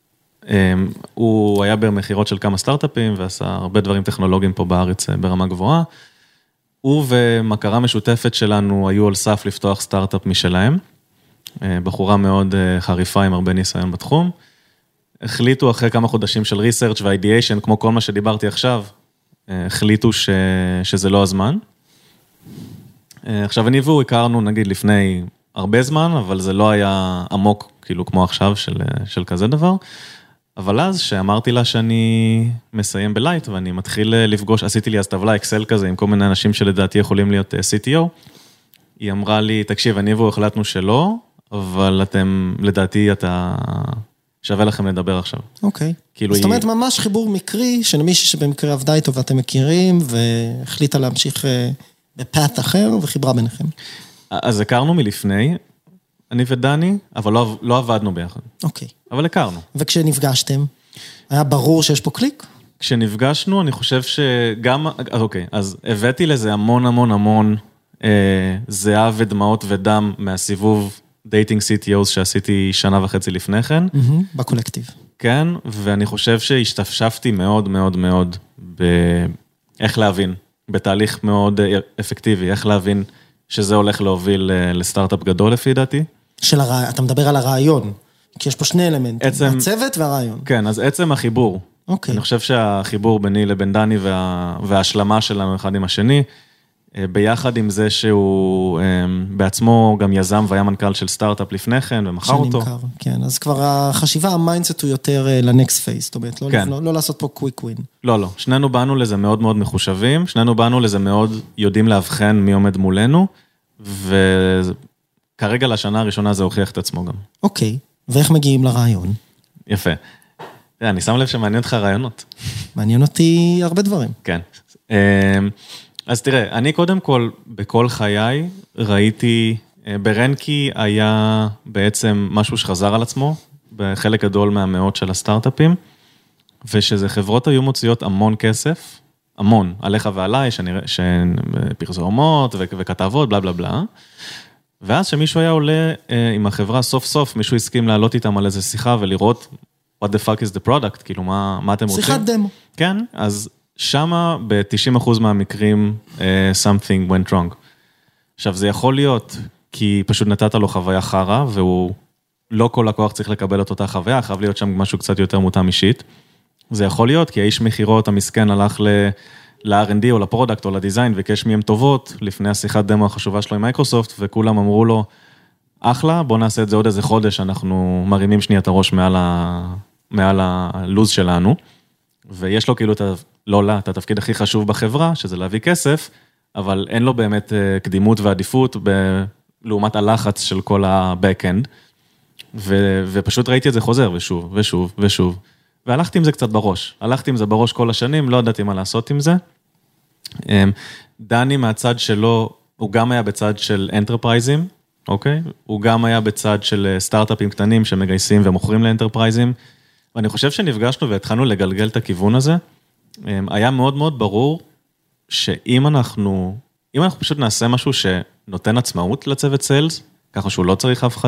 הוא היה במחירות של כמה סטארט-אפים, ועשה הרבה דברים טכנולוגיים פה בארץ ברמה גבוהה. הוא ומכרה משותפת שלנו היו על סף לפתוח סטארט-אפ משלהם. בחורה מאוד חריפה עם הרבה ניסיון בתחום. החליטו אחרי כמה חודשים של ריסרצ' ואידיאשן, כמו כל מה שדיברתי עכשיו, החליטו ש... שזה לא הזמן. עכשיו אני והוא הכרנו נגיד לפני הרבה זמן, אבל זה לא היה עמוק כאילו כמו עכשיו של, של כזה דבר. אבל אז שאמרתי לה שאני מסיים בלייט, ואני מתחיל לפגוש, עשיתי לי אז טבלה אקסל כזה, עם כל מיני אנשים שלדעתי יכולים להיות סי טי או, היא אמרה לי, תקשיב, אני והוא החלטנו שלא, אבל אתם, לדעתי, אתה שווה לכם לדבר עכשיו. אוקיי. כאילו זאת אומרת, היא... ממש חיבור מקרי, של מישהי שבמקרה עבדה איתו ואתם מכירים, והחליטה להמשיך בפאט אחר, וחיברה ביניכם. אז הכרנו מלפני, אני ודני, אבל לא, לא עבדנו ביחד. אוקיי. אבל הכרנו. וכשנפגשתם, היה ברור שיש פה קליק? כשנפגשנו, אני חושב שגם, אז אוקיי, אז הבאתי לזה המון המון המון אה, זהה ודמעות ודם מהסיבוב דייטינג סי טי או שעשיתי שנה וחצי לפני כן. Mm-hmm, בקולקטיב. כן, ואני חושב שהשתפשפתי מאוד מאוד מאוד באיך להבין, בתהליך מאוד אפקטיבי, איך להבין שזה הולך להוביל לסטארט-אפ גדול לפי דעתי. של הרעיון, אתה מדבר על הרעיון, כי יש פה שני אלמנטים, עצם, הצוות והרעיון. כן, אז עצם החיבור. אוקיי. אני חושב שהחיבור ביני לבין דני וה, וההשלמה שלנו אחד עם השני, ביחד עם זה שהוא בעצמו גם יזם והיה מנכ"ל של סטארט-אפ לפני כן, ומחר אותו. שנמכר, כן. אז כבר החשיבה, המיינדסט הוא יותר לנקסט פייס, זאת אומרת, לא, כן. לא, לא לעשות פה קוויק ווין. לא, לא. שנינו באנו לזה מאוד מאוד מחושבים, שנינו באנו לזה מאוד יודעים להבחן מי עומד מולנו, וכרגע לשנה הראשונה זה הוכיח את עצמו גם. אוקיי, ואיך מגיעים לרעיון? יפה. אני שם לב שמעניין אותך רעיונות. מעניין אותי הרבה דברים. כן. אז תראה, אני קודם כל, בכל חיי, ראיתי, ברנקי היה בעצם משהו שחזר על עצמו, בחלק גדול מהמאות של הסטארט-אפים, ושזה חברות היו מוציאות המון כסף, המון, עליך ועליי, שפרסומות וכתבות, בלה בלה בלה, ואז שמישהו היה עולה עם החברה סוף סוף, מישהו הסכים לעלות איתם על איזה שיחה ולראות, what the fuck is the product, כאילו מה, מה אתם רוצים? שיחת דמו. כן, אז שמה ב-תשעים אחוז מהמקרים uh, something went wrong. עכשיו, זה יכול להיות כי פשוט נתת לו חוויה חרה, והוא לא כל לקוח צריך לקבל את אותה חוויה, חייב להיות שם משהו קצת יותר מותאם אישית. זה יכול להיות כי האיש מחירות המסכן הלך ל-אר אנד די או לפרודקט או לדיזיין, וביקש מהם טובות לפני השיחת דמו החשובה שלו עם מייקרוסופט, וכולם אמרו לו, אחלה, בוא נעשה את זה עוד איזה חודש, אנחנו מרימים שנייה את הראש מעל, ה... מעל הלוז שלנו, ויש לו כאילו את ה... לא לה, את התפקיד הכי חשוב בחברה, שזה להביא כסף, אבל אין לו באמת קדימות ועדיפות ב... לעומת הלחץ של כל ה-back-end, ו... ופשוט ראיתי את זה חוזר, ושוב, ושוב, ושוב, והלכתי עם זה קצת בראש, הלכתי עם זה בראש כל השנים, לא ידעתי מה לעשות עם זה. דני מהצד שלו, הוא גם היה בצד של אנטרפרייזים, אוקיי? הוא גם היה בצד של סטארט-אפים קטנים שמגייסים ומוכרים לאנטרפרייזים, ואני חושב שנפגשנו והתחלנו לגלגל את הכיוון הזה, היה מאוד מאוד ברור שאם אנחנו, אם אנחנו פשוט נעשה משהו שנותן עצמאות לצוות סיילס, ככה שהוא לא צריך אף אחד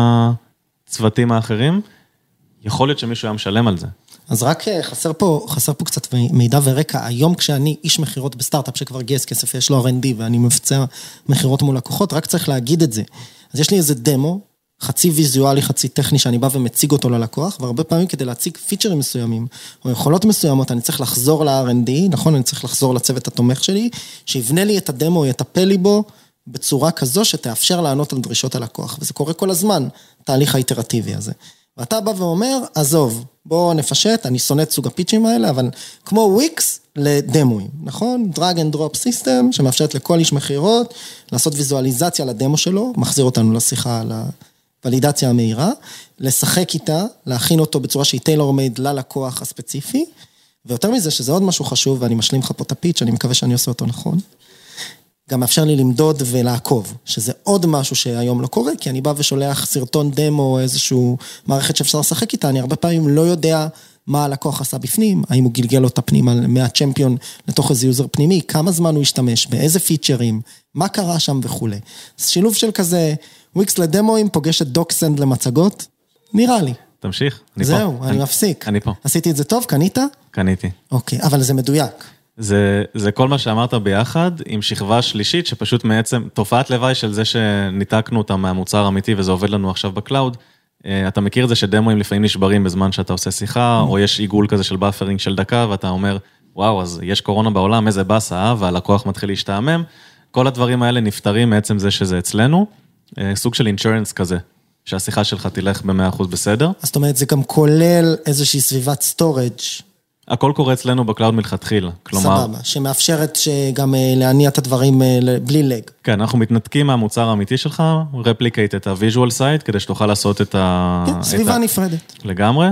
מהצוותים האחרים, יכול להיות שמישהו היה משלם על זה. אז רק חסר פה, חסר פה קצת מידע ורקע. היום כשאני איש מחירות בסטארט-אפ שכבר גייס כסף, יש לו אר אנד די ואני מבצע מחירות מול לקוחות, רק צריך להגיד את זה. אז יש לי איזה דמו, חצי ויזואלי, חצי טכני, שאני בא ומציג אותו ללקוח, והרבה פעמים כדי להציג פיצ'רים מסוימים, או יכולות מסוימות, אני צריך לחזור ל-אר אנד די, נכון? אני צריך לחזור לצוות התומך שלי, שיבנה לי את הדמו, יטפל לי בו, בצורה כזו שתאפשר לענות על דרישות הלקוח. וזה קורה כל הזמן, תהליך האיטרטיבי הזה. ואתה בא ואומר, עזוב, בוא נפשט, אני שונא את סוג הפיצ'ים האלה, אבל כמו וויקס לדמוים, נכון? דרג אנד דרופ סיסטם, שמאפשרת לכל איש מחירות, לעשות ויזואליזציה לדמו שלו, מחזיר אותנו לשיחה על הוולידציה המהירה, לשחק איתה, להכין אותו בצורה שהיא טיילור מייד ללקוח הספציפי, ויותר מזה שזה עוד משהו חשוב, ואני משלים לך פה את הפיץ', אני מקווה שאני עושה אותו נכון, גם מאפשר לי למדוד ולעקוב, שזה עוד משהו שהיום לא קורה, כי אני בא ושולח סרטון דמו, איזשהו מערכת שאפשר לשחק איתה, אני הרבה פעמים לא יודע מה הלקוח עשה בפנים, האם הוא גלגל אותה פנימה מהצ'מפיון לתוך איזה יוזר פנימי, כמה זמן הוא השתמש, באיזה פיצ'רים, מה קרה שם וכו'. אז שילוב של כזה, וויקס לדמוים, פוגש את דוקסנד למצגות, נראה לי. תמשיך, אני פה. זהו, אני מפסיק. אני פה. עשיתי את זה טוב, קנית? קניתי. אוקיי, אבל זה מדויק. זה, זה כל מה שאמרת ביחד, עם שכבה שלישית, שפשוט מעצם, תופעת לוואי של זה שניתקנו אותה מהמוצר האמיתי, וזה עובד לנו עכשיו בקלאוד, אתה מכיר את זה שדמוים לפעמים נשברים בזמן שאתה עושה שיחה, או יש עיגול כזה של באפרינג של דקה, ואתה אומר, וואו, אז יש קורונה בעולם, איזה בסה, והלקוח מתחיל להשתעמם, כל הדברים האלה נפטרים מעצם זה שזה אצלנו, סוג של אינשורנס כזה, שהשיחה שלך תלך ב-מאה אחוז בסדר. אז זאת אומרת, זה גם כולל איזושהי סביבת סטורג'. הכל קורה אצלנו בקלאוד מלכתחילה, כלומר... סבבה, שמאפשרת שגם להניע את הדברים בלי לג. כן, אנחנו מתנתקים מהמוצר האמיתי שלך, רפליקייט את ה-visual site, כדי שתוכל לעשות את ה... כן, סביבה נפרדת. לגמרי.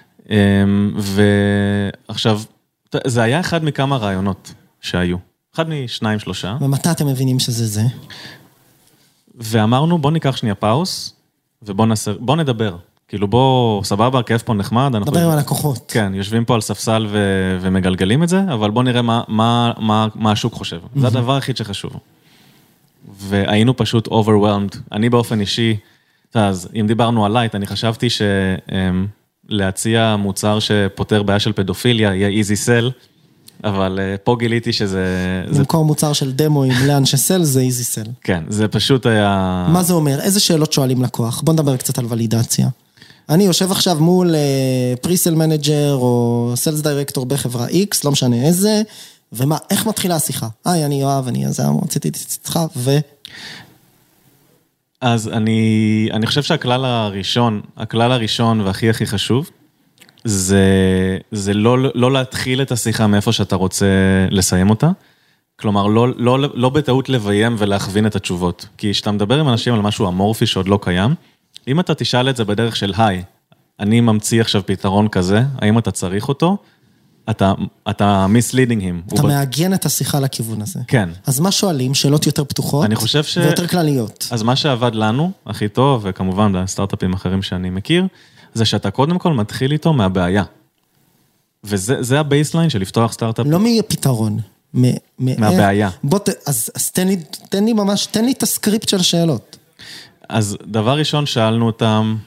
ועכשיו, זה היה אחד מכמה רעיונות שהיו. אחד משניים, שלושה. ומתי אתם מבינים שזה זה? ואמרנו, בוא ניקח שנייה פאוס, ובוא נעשה, בוא נדבר. כאילו בוא, סבבה, כיף פה נחמד. נדבר עם הלקוחות. כן, יושבים פה על ספסל ו- ומגלגלים את זה, אבל בוא נראה מה, מה, מה, מה השוק חושב. זה הדבר היחיד שחשוב. והיינו פשוט overwhelmed. אני באופן אישי, אז אם דיברנו על לייט, אני חשבתי שלהציע מוצר שפותר בעיה של פדופיליה, יהיה easy sell, אבל פה גיליתי שזה... במקום מוצר של דמו עם לאנשי סל, זה easy sell. כן, זה פשוט היה... מה זה אומר? איזה שאלות שואלים לקוח? בוא נדבר קצת על ולידציה. אני יושב עכשיו מול פריסל מנג'ר או סלס דירקטור בחברה X, לא משנה איזה, ומה, איך מתחילה השיחה? היי, אני יואב, אני יזם, רציתי איתך, ו... אז אני, אני חושב שהכלל הראשון, הכלל הראשון והכי הכי חשוב, זה, זה לא, לא להתחיל את השיחה מאיפה שאתה רוצה לסיים אותה. כלומר, לא, לא, לא בטעות לביים ולהכווין את התשובות. כי כשאתה מדבר עם אנשים על משהו אמורפי שעוד לא קיים, אם אתה תשאל את זה בדרך של, היי, אני ממציא עכשיו פתרון כזה, האם אתה צריך אותו? אתה, אתה misleading him. אתה מעגן את השיחה לכיוון הזה. כן. אז מה שואלים? שאלות יותר פתוחות? אני חושב ש... ויותר כלליות. אז מה שעבד לנו הכי טוב, וכמובן בסטארט-אפים אחרים שאני מכיר, זה שאתה קודם כל מתחיל איתו מהבעיה. וזה, זה הבייסליין של לפתוח סטארט-אפ. לא מי פתרון. מהבעיה. בוא, אז, אז תן לי, תן לי ממש, תן לי את הסקריפט של השאלות. אז דבר ראשון שאלנו אותם,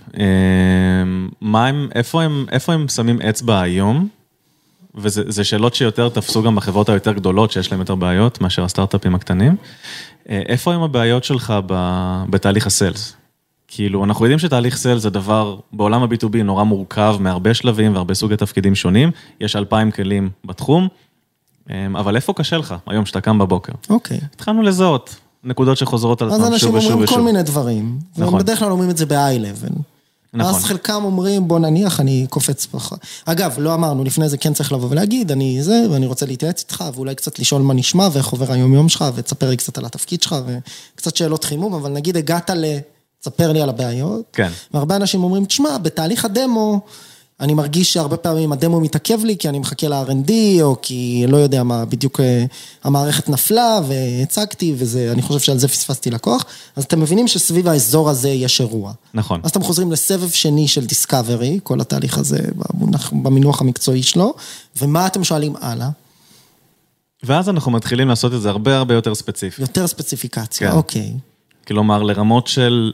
מה הם, איפה הם, איפה הם שמים אצבע היום? וזה שאלות שיותר תפסו גם בחברות היותר גדולות, שיש להם יותר בעיות מאשר הסטארט-אפים הקטנים. איפה הם הבעיות שלך בתהליך הסיילס? כאילו, אנחנו יודעים שתהליך סיילס זה דבר, בעולם ה-בי טו בי נורא מורכב, מהרבה שלבים והרבה סוגי תפקידים שונים, יש אלפיים כלים בתחום, אבל איפה קשה לך היום שאתה קם בבוקר? אוקיי. התחלנו לזהות נקודות שחוזרות על עצמם שוב ושוב ושוב. אז אנשים אומרים כל מיני דברים, והם בדרך כלל אומרים את זה ב-high level. נכון. אז חלקם אומרים, בוא נניח, אני קופץ פחה. אגב, לא אמרנו, לפני זה כן צריך לבוא ולהגיד, אני זה, ואני רוצה להתייעץ איתך, ואולי קצת לשאול מה נשמע, ואיך עובר היום יום שלך, ותספר לי קצת על התפקיד שלך, וקצת שאלות חימום, אבל נגיד, הגעת לספר לי על הבעיות. כן. והרבה אנשים אומרים, תשמע, בתהליך הדמו, אני מרגיש שהרבה פעמים הדמו מתעכב לי, כי אני מחכה ל-אר אנד די, או כי לא יודע מה, בדיוק המערכת נפלה, והצגתי, וזה, אני חושב שעל זה פספסתי לקוח, אז אתם מבינים שסביב האזור הזה יש אירוע. נכון. אז אתם חוזרים לסבב שני של דיסקאברי, כל התהליך הזה במינוח המקצועי שלו, ומה אתם שואלים הלאה? ואז אנחנו מתחילים לעשות את זה הרבה הרבה יותר ספציפי. יותר ספציפיקציה, אוקיי. כלומר, לרמות של,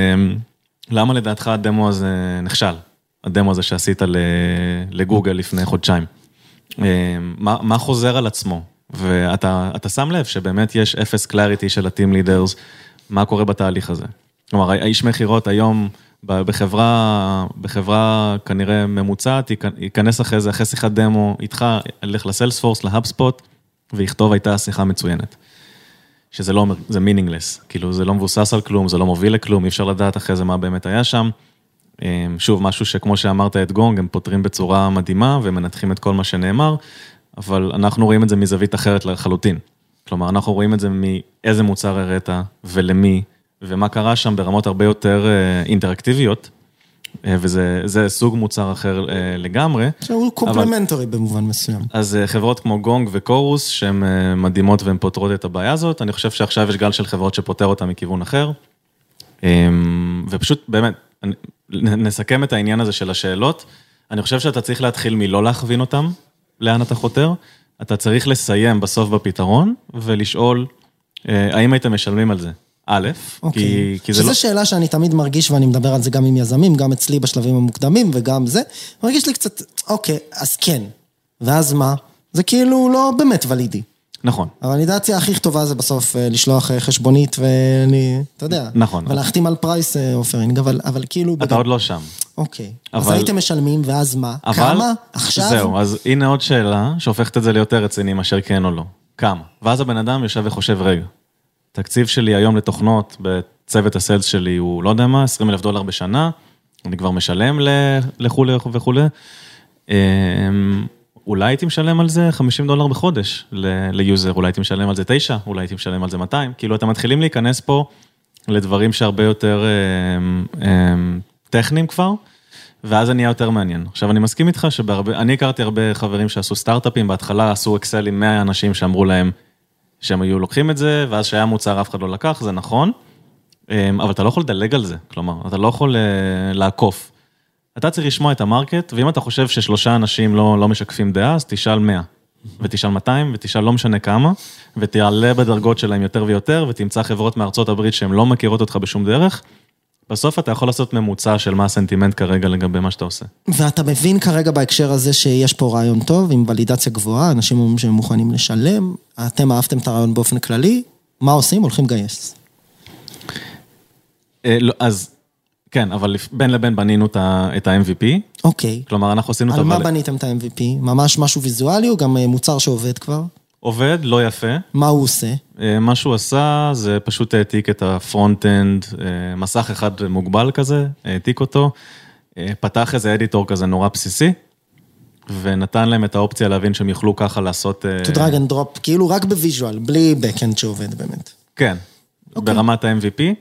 למה לדעתך הדמו הזה נכשל? הדמו הזה שעשית לגוגל לפני חודשיים. מה, מה חוזר על עצמו? ואתה, אתה שם לב שבאמת יש אפס קלאריטי של הטים לידרס, מה קורה בתהליך הזה. כלומר, האיש מחירות היום בחברה, בחברה כנראה ממוצעת, ייכנס אחרי זה, אחרי שיחת דמו, איתך, ילך לסיילספורס, להאבספוט, ויכתוב הייתה שיחה מצוינת. שזה לא, זה meaningless, כאילו זה לא מבוסס על כלום, זה לא מוביל לכלום, אי אפשר לדעת אחרי זה מה באמת היה שם. שוב, משהו שכמו שאמרת את גונג, הם פותרים בצורה מדהימה, ומנתחים את כל מה שנאמר, אבל אנחנו רואים את זה מזווית אחרת לחלוטין. כלומר, אנחנו רואים את זה מאיזה מוצר הראת, ולמי, ומה קרה שם ברמות הרבה יותר אינטראקטיביות, וזה זה סוג מוצר אחר לגמרי. שהוא קומפלמנטרי במובן מסוים. אז חברות כמו גונג וקורוס, שהן מדהימות והן פותרות את הבעיה הזאת, אני חושב שעכשיו יש גל של חברות שפותר אותה מכיוון אחר, ופשוט באמת, נסכם את העניין הזה של השאלות, אני חושב שאתה צריך להתחיל מלא להכווין אותם, לאן אתה חותר, אתה צריך לסיים בסוף בפתרון, ולשאול, האם הייתם משלמים על זה? א', כי, כי זה לא... שזו שאלה שאני תמיד מרגיש, ואני מדבר על זה גם עם יזמים, גם אצלי בשלבים המוקדמים, וגם זה, מרגיש לי קצת, אוקיי, אז כן, ואז מה? זה כאילו לא באמת ולידי. נכון. הוולידציה הכי טובה זה בסוף לשלוח חשבונית ואני, אתה יודע. נכון. ולהחתים על פרייס אופרינג, אבל, אבל כאילו... אתה עוד לא שם. אוקיי. אז הייתם משלמים, ואז מה? כמה? עכשיו? זהו, אז הנה עוד שאלה שהופכת את זה ליותר רציני מאשר כן או לא. כמה? ואז הבן אדם יושב וחושב, רגע, תקציב שלי היום לתוכנות בצוות הסיילס שלי הוא לא יודע מה, עשרים אלף דולר בשנה, אני כבר משלם לכו' וכו'. אולי הייתי משלם על זה חמישים דולר בחודש ליוזר, אולי הייתי משלם על זה תשע, אולי הייתי משלם על זה מאתיים, כאילו אתם מתחילים להיכנס פה לדברים שהרבה יותר טכניים כבר, ואז זה נהיה יותר מעניין. עכשיו אני מסכים איתך שבהרבה, אני הכרתי הרבה חברים שעשו סטארט-אפים, בהתחלה עשו אקסל עם מאה אנשים שאמרו להם שהם היו לוקחים את זה, ואז שהיה מוצר אף אחד לא לקח, זה נכון, אבל אתה לא יכול לדלג על זה, כלומר, אתה לא יכול לעקוף. אתה צריך לשמוע את המרקט, ואם אתה חושב ששלושה אנשים לא, לא משקפים דעה, אז תשאל מאה, ותשאל מאתיים, ותשאל לא משנה כמה, ותעלה בדרגות שלהם יותר ויותר, ותמצא חברות מארצות הברית שהן לא מכירות אותך בשום דרך, בסוף אתה יכול לעשות ממוצע של מה הסנטימנט כרגע לגבי מה שאתה עושה. ואתה מבין כרגע בהקשר הזה שיש פה רעיון טוב, עם ולידציה גבוהה, אנשים אומרים שהם מוכנים לשלם, אתם אהבתם את הרעיון באופן כללי, מה עושים? הולכים גייס. אז... כן, אבל בין לבין בנינו את ה-אם וי פי. אוקיי. כלומר, אנחנו עשינו את... על מה בניתם את ה-אם וי פי? ממש משהו ויזואלי או גם מוצר שעובד כבר? עובד, לא יפה. מה הוא עושה? מה שהוא עשה זה פשוט העתיק את הפרונט-אנד, מסך אחד מוגבל כזה, העתיק אותו, פתח איזה אדיטור כזה נורא בסיסי, ונתן להם את האופציה להבין שהם יוכלו ככה לעשות... to drag and drop, כאילו רק בוויז'ואל, בלי backend שעובד באמת. כן, okay. ברמת ה-אם וי פי,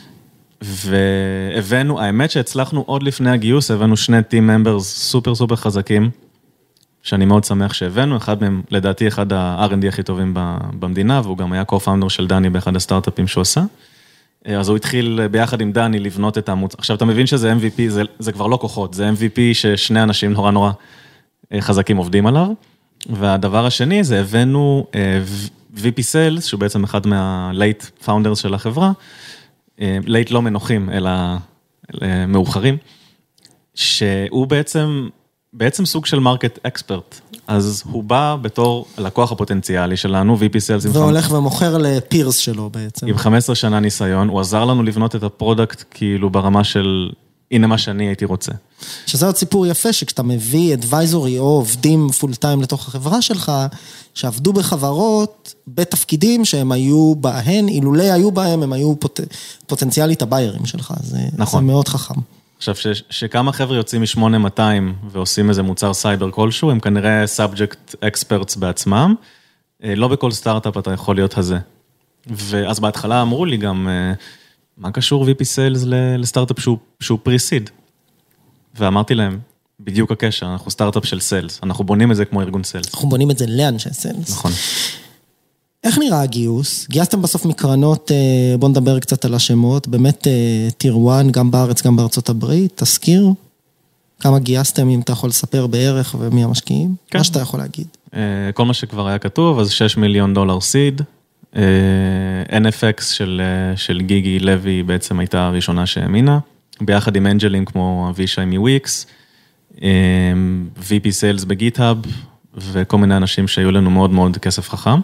והבאנו, האמת שהצלחנו עוד לפני הגיוס, הבאנו שני טים ממברס סופר סופר חזקים, שאני מאוד שמח שהבאנו, אחד מהם, לדעתי, אחד ה-אר אנד די הכי טובים במדינה, והוא גם היה co-founder של דני באחד הסטארט-אפים שהוא עשה. אז הוא התחיל ביחד עם דני לבנות את המוצר. עכשיו, אתה מבין שזה אם וי פי, זה, זה כבר לא כוחות, זה אם וי פי ששני אנשים נורא נורא חזקים עובדים עליו. והדבר השני, זה הבאנו וי פי Sales, שהוא בעצם אחד מה-late founders של החברה, late לא מנוחים, אלא מאוחרים, שהוא בעצם... בעצם סוג של מרקט אקספרט, אז הוא בא בתור לקוח הפוטנציאלי שלנו, וי פי Sales. והולך ומוכר לפירס שלו בעצם. עם חמש עשרה שנה ניסיון, הוא עזר לנו לבנות את הפרודקט כאילו ברמה של, הנה מה שאני הייתי רוצה. שזה עוד סיפור יפה, שכשאתה מביא אדוויזורי או עובדים פול טיים לתוך החברה שלך, שעבדו בחברות, בתפקידים שהם היו בהן, אילולי היו בהם, הם היו פוט... פוטנציאלית הביירים שלך, זה, נכון. זה מאוד חכם. עכשיו, ש, שכמה חבר'ה יוצאים מ-שמונה מאתיים ועושים איזה מוצר סייבר כלשהו, הם כנראה subject experts בעצמם, לא בכל סטארט-אפ אתה יכול להיות הזה. ואז בהתחלה אמרו לי גם, מה קשור וי פי Sales לסטארט-אפ שהוא, שהוא pre-seed? ואמרתי להם, בדיוק הקשר, אנחנו סטארט-אפ של Sales, אנחנו בונים את זה כמו ארגון Sales. אנחנו בונים את זה לאנשי Sales. נכון. איך נראה הגיוס? גייסתם בסוף מקרנות, בוא נדבר קצת על השמות, באמת טיר וואן, גם בארץ, גם בארצות הברית, תזכיר, כמה גייסתם, אם אתה יכול לספר בערך, ומי המשקיעים? כן. מה שאתה יכול להגיד. כל מה שכבר היה כתוב, אז שש מיליון דולר סיד, אן אף אקס של, של גיגי לוי בעצם הייתה הראשונה שהאמינה, ביחד עם אנג'לים כמו אבישי מוויקס, וי פי Sales בגיט-האב, וכל מיני אנשים שהיו לנו מאוד מאוד כסף חכם.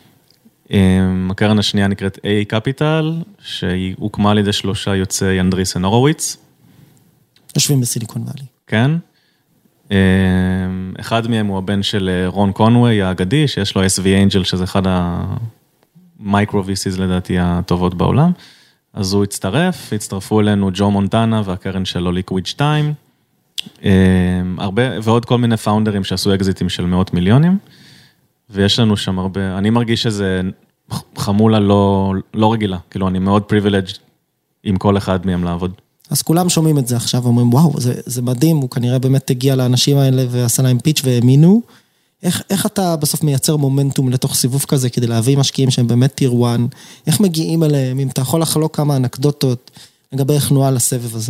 הקרן השנייה נקראת A Capital, שהיא הוקמה על ידי שלושה יוצאי אנדריסן הורוביץ. יושבים בסיליקון ואלי. כן. אחד מהם הוא הבן של רון קונווי האגדי, שיש לו אס וי Angel, שזה אחד המייקרו-וי סיז לדעתי הטובות בעולם. אז הוא הצטרף, הצטרפו אלינו ג'ו מונטנה והקרן שלו ליקוויד שתיים, הרבה, ועוד כל מיני פאונדרים שעשו אקזיטים של מאות מיליונים. ויש לנו שם הרבה, אני מרגיש שזה חמולה לא, לא רגילה, כאילו אני מאוד פריבילג' עם כל אחד מהם לעבוד. אז כולם שומעים את זה עכשיו, ואומרים, וואו, זה, זה מדהים, הוא כנראה באמת הגיע לאנשים האלה ועשה להם פיץ' והאמינו. איך, איך אתה בסוף מייצר מומנטום לתוך סיבוב כזה, כדי להביא משקיעים שהם באמת טיר וואן, איך מגיעים אליהם, אם אתה יכול לחלוק כמה אנקדוטות, לגבי איך נועל הסבב הזה?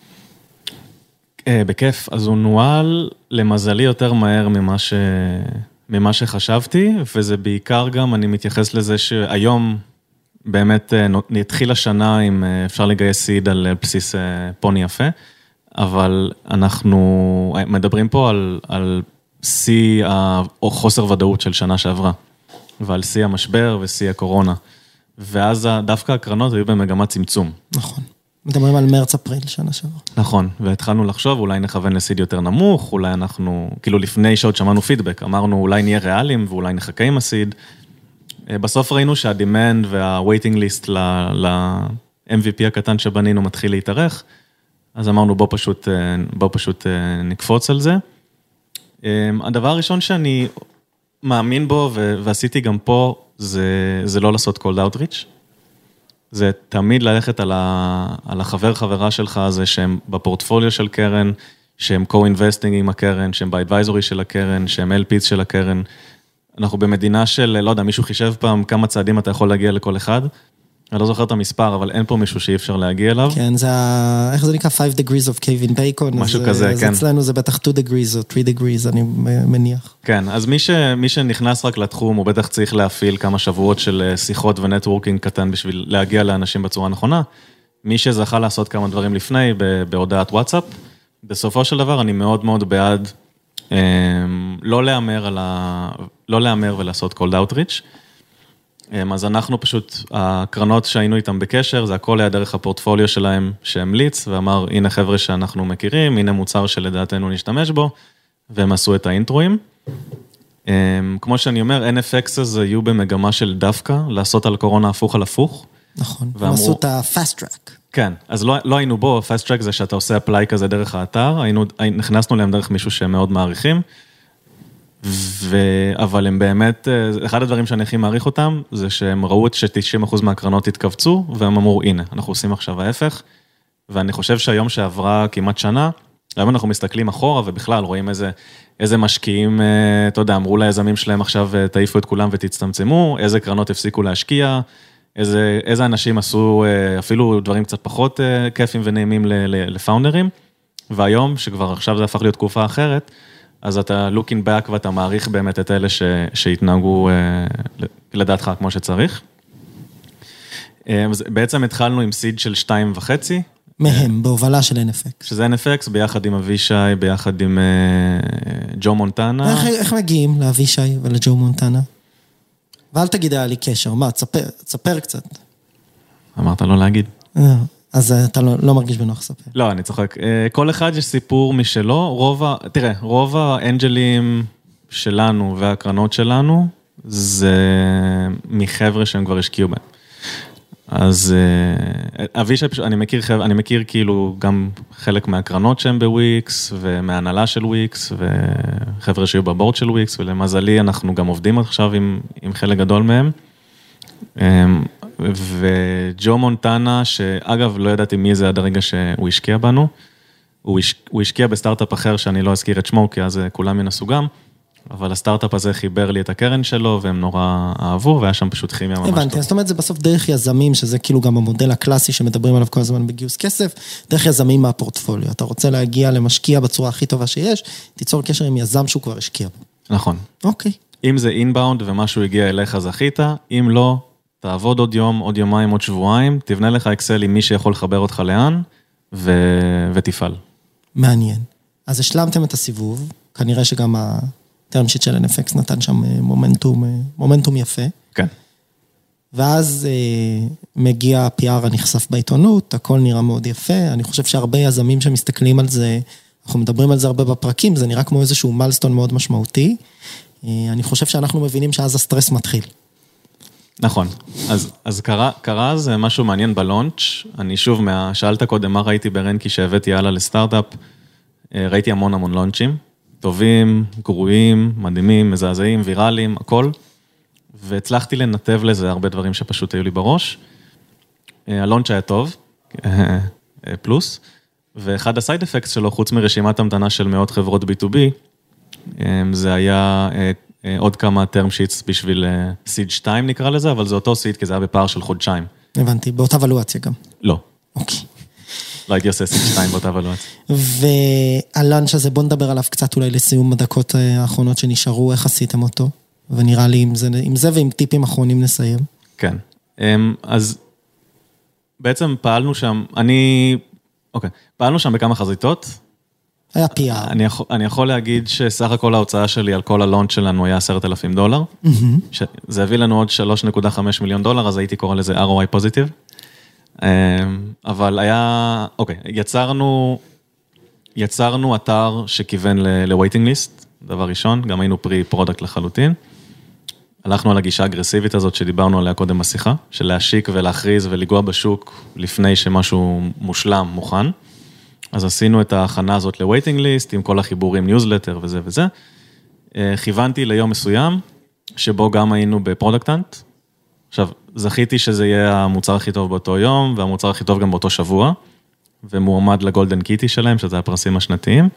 בכיף, אז הוא נועל למזלי יותר מהר ממה ש... ממה שחשבתי, וזה בעיקר גם, אני מתייחס לזה שהיום באמת נתחיל השנה אם אפשר לגייס סיד על בסיס פוני יפה, אבל אנחנו מדברים פה על, על שיא או חוסר ודאות של שנה שעברה, ועל שיא המשבר ושיא הקורונה, ואז דווקא הקרנות היו במגמת צמצום. נכון. מדברים על מרץ-אפריל שנה שעברה. נכון, והתחלנו לחשוב, אולי נכוון לסיד יותר נמוך, אולי אנחנו, כאילו לפני שעות שמענו פידבק, אמרנו אולי נהיה ריאליים, ואולי נחכה עם הסיד. בסוף ראינו שהדימנד וה-waiting list ל-אם וי פי הקטן שבנינו מתחיל להתארך, אז אמרנו בוא פשוט, בוא פשוט נקפוץ על זה. הדבר הראשון שאני מאמין בו, ועשיתי גם פה, זה, זה לא לעשות cold outreach. זה תמיד ללכת על, ה, על החבר חברה שלך הזה, שהם בפורטפוליו של קרן, שהם co-investing עם הקרן, שהם ב-advisory של הקרן, שהם אל פי'ס של הקרן. אנחנו במדינה של, לא יודע, מישהו חישב פעם כמה צעדים אתה יכול להגיע לכל אחד. אני לא זוכר את המספר, אבל אין פה מישהו שאי אפשר להגיע אליו. כן, זה, איך זה נקרא? five degrees of Kevin Bacon. משהו אז, כזה, אז כן. אצלנו זה בטח two degrees או three degrees, אני מניח. כן, אז מי, ש, מי שנכנס רק לתחום, הוא בטח צריך להפעיל כמה שבועות של שיחות ונטוורקינג קטן בשביל להגיע לאנשים בצורה נכונה. מי שזכה לעשות כמה דברים לפני, בהודעת וואטסאפ, בסופו של דבר אני מאוד מאוד בעד לא לאמר על ה... לא לאמר ולעשות cold outreach. אז אנחנו פשוט, הקרנות שהיינו איתם בקשר, זה הכל היה דרך הפורטפוליו שלהם שהמליץ, ואמר, הנה חבר'ה שאנחנו מכירים, הנה מוצר שלדעתנו נשתמש בו, והם עשו את האינטרואים. כמו שאני אומר, אן אף אקס הזה היו במגמה של דווקא, לעשות על קורונה הפוך על הפוך. נכון, הם עשו את ה-fast track. כן, אז לא, לא היינו בו, fast track זה שאתה עושה אפליי כזה דרך האתר, היינו, נכנסנו להם דרך מישהו שהם מאוד מעריכים, ו... אבל הם באמת, אחד הדברים שאני הכי מעריך אותם, זה שהם ראו ש-תשעים אחוז מהקרנות התכווצו, והם אמרו, הנה, אנחנו עושים עכשיו ההפך, ואני חושב שהיום שעברה כמעט שנה, היום אנחנו מסתכלים אחורה, ובכלל רואים איזה, איזה משקיעים, אתה יודע, אמרו ליזמים שלהם עכשיו, תעיפו את כולם ותצטמצמו, איזה קרנות הפסיקו להשקיע, איזה, איזה אנשים עשו אפילו דברים קצת פחות כיפים ונעימים לפאונדרים, והיום, שכבר עכשיו זה הפך להיות תקופה אחרת, אז אתה looking back ואתה מעריך באמת את אלה ש, שהתנהגו לדעתך כמו שצריך. בעצם התחלנו עם סיד של שתיים וחצי. מהם, בהובלה של אן אף אקס. שזה אן אף אקס ביחד עם אבישי, ביחד עם ג'ו מונטנה. איך, איך מגיעים לאבישי ולג'ו מונטנה? ואל תגיד היה לי קשר, מה, תספר, תספר קצת. אמרת לא להגיד. אז אתה לא, לא מרגיש בנוח לספר. לא, אני צוחק. כל אחד יש סיפור משלו, רוב ה... תראה, רוב האנג'לים שלנו והקרנות שלנו, זה מחבר'ה שהם כבר השקיעו בהם. אז אבישי, אני מכיר, אני מכיר כאילו גם חלק מהקרנות שהם בוויקס, ומההנהלה של וויקס, וחבר'ה שיהיו בבורד של וויקס, ולמזלי אנחנו גם עובדים עכשיו עם, עם חלק גדול מהם. וג'ו מונטנה, שאגב לא ידעתי מי זה עד הרגע שהוא השקיע בנו, הוא, הש, הוא השקיע בסטארט-אפ אחר שאני לא אזכיר את שמו, כי אז כולם ינסו גם, אבל הסטארט-אפ הזה חיבר לי את הקרן שלו, והם נורא אהבו, והיה שם פשוט כימיה ממש טוב. הבנתי, זאת אומרת, זה בסוף דרך יזמים, שזה כאילו גם המודל הקלאסי שמדברים עליו כל הזמן בגיוס כסף, דרך יזמים מהפורטפוליו. אתה רוצה להגיע למשקיע בצורה הכי טובה שיש, תיצור קשר עם יזם שהוא כבר השקיע בו. נכון. אוקיי. אם זה אינבאונד ומשהו הגיע אליך זכית, אם לא, תעבוד עוד יום, עוד יומיים, עוד שבועיים, תבנה לך אקסל עם מי שיכול לחבר אותך לאן, ו... ותפעל. מעניין. אז השלמתם את הסיבוב, כנראה שגם הטרם שיט של אן אף אקס נתן שם מומנטום, מומנטום יפה. כן. ואז אה, מגיע ה-פי אר הנחשף בעיתונות, הכל נראה מאוד יפה, אני חושב שהרבה יזמים שמסתכלים על זה, אנחנו מדברים על זה הרבה בפרקים, זה נראה כמו איזשהו מלסטון מאוד משמעותי, אה, אני חושב שאנחנו מבינים שאז הסטרס מתחיל. נכון, אז, אז קרה, קרה זה משהו מעניין בלונץ', אני שוב, מה, שאלת קודם מה ראיתי ברנקי שהבאתי הלאה לסטארט-אפ, ראיתי המון המון לונצ'ים, טובים, גרועים, מדהימים, מזעזעים, ויראליים, הכל, והצלחתי לנתב לזה הרבה דברים שפשוט היו לי בראש, הלונץ' היה טוב, פלוס, ואחד הסייד אפקט שלו, חוץ מרשימת המתנה של מאות חברות בי טו בי, זה היה עוד כמה term sheets בשביל סיד שתיים נקרא לזה, אבל זה אותו סיד, כי זה היה בפער של חודשיים. הבנתי, באותה ולואציה גם. לא. אוקיי. לא הייתי עושה סיד שתיים באותה ולואציה. והלאנץ' הזה, בוא נדבר עליו קצת אולי לסיום בדקות האחרונות שנשארו, איך עשיתם אותו? ונראה לי עם זה, עם זה ועם טיפים אחרונים נסיים. כן. אז בעצם פעלנו שם, אני, אוקיי, פעלנו שם בכמה חזיתות, היה פי אר. אני יכול, אני יכול להגיד שסך הכל ההוצאה שלי על כל הלונץ' שלנו היה עשרת אלפים דולר. זה הביא לנו עוד שלוש נקודה חמש מיליון דולר, אז הייתי קורא לזה אר או איי פוזיטיב. אבל היה, אוקיי, יצרנו, יצרנו אתר שכיוון ל-waiting list, דבר ראשון, גם היינו פרי פרודקט לחלוטין. הלכנו על הגישה האגרסיבית הזאת שדיברנו עליה קודם בשיחה, של להשיק ולהכריז ולגוע בשוק לפני שמשהו מושלם, מוכן. אז עשינו את ההכנה הזאת ל-waiting list, עם כל החיבורים, ניוזלטר וזה וזה. כיוונתי ליום מסוים, שבו גם היינו בפרודקטנט. עכשיו, זכיתי שזה יהיה המוצר הכי טוב באותו יום, והמוצר הכי טוב גם באותו שבוע, ומועמד לגולדן קיטי שלהם, שזה הפרסים השנתיים.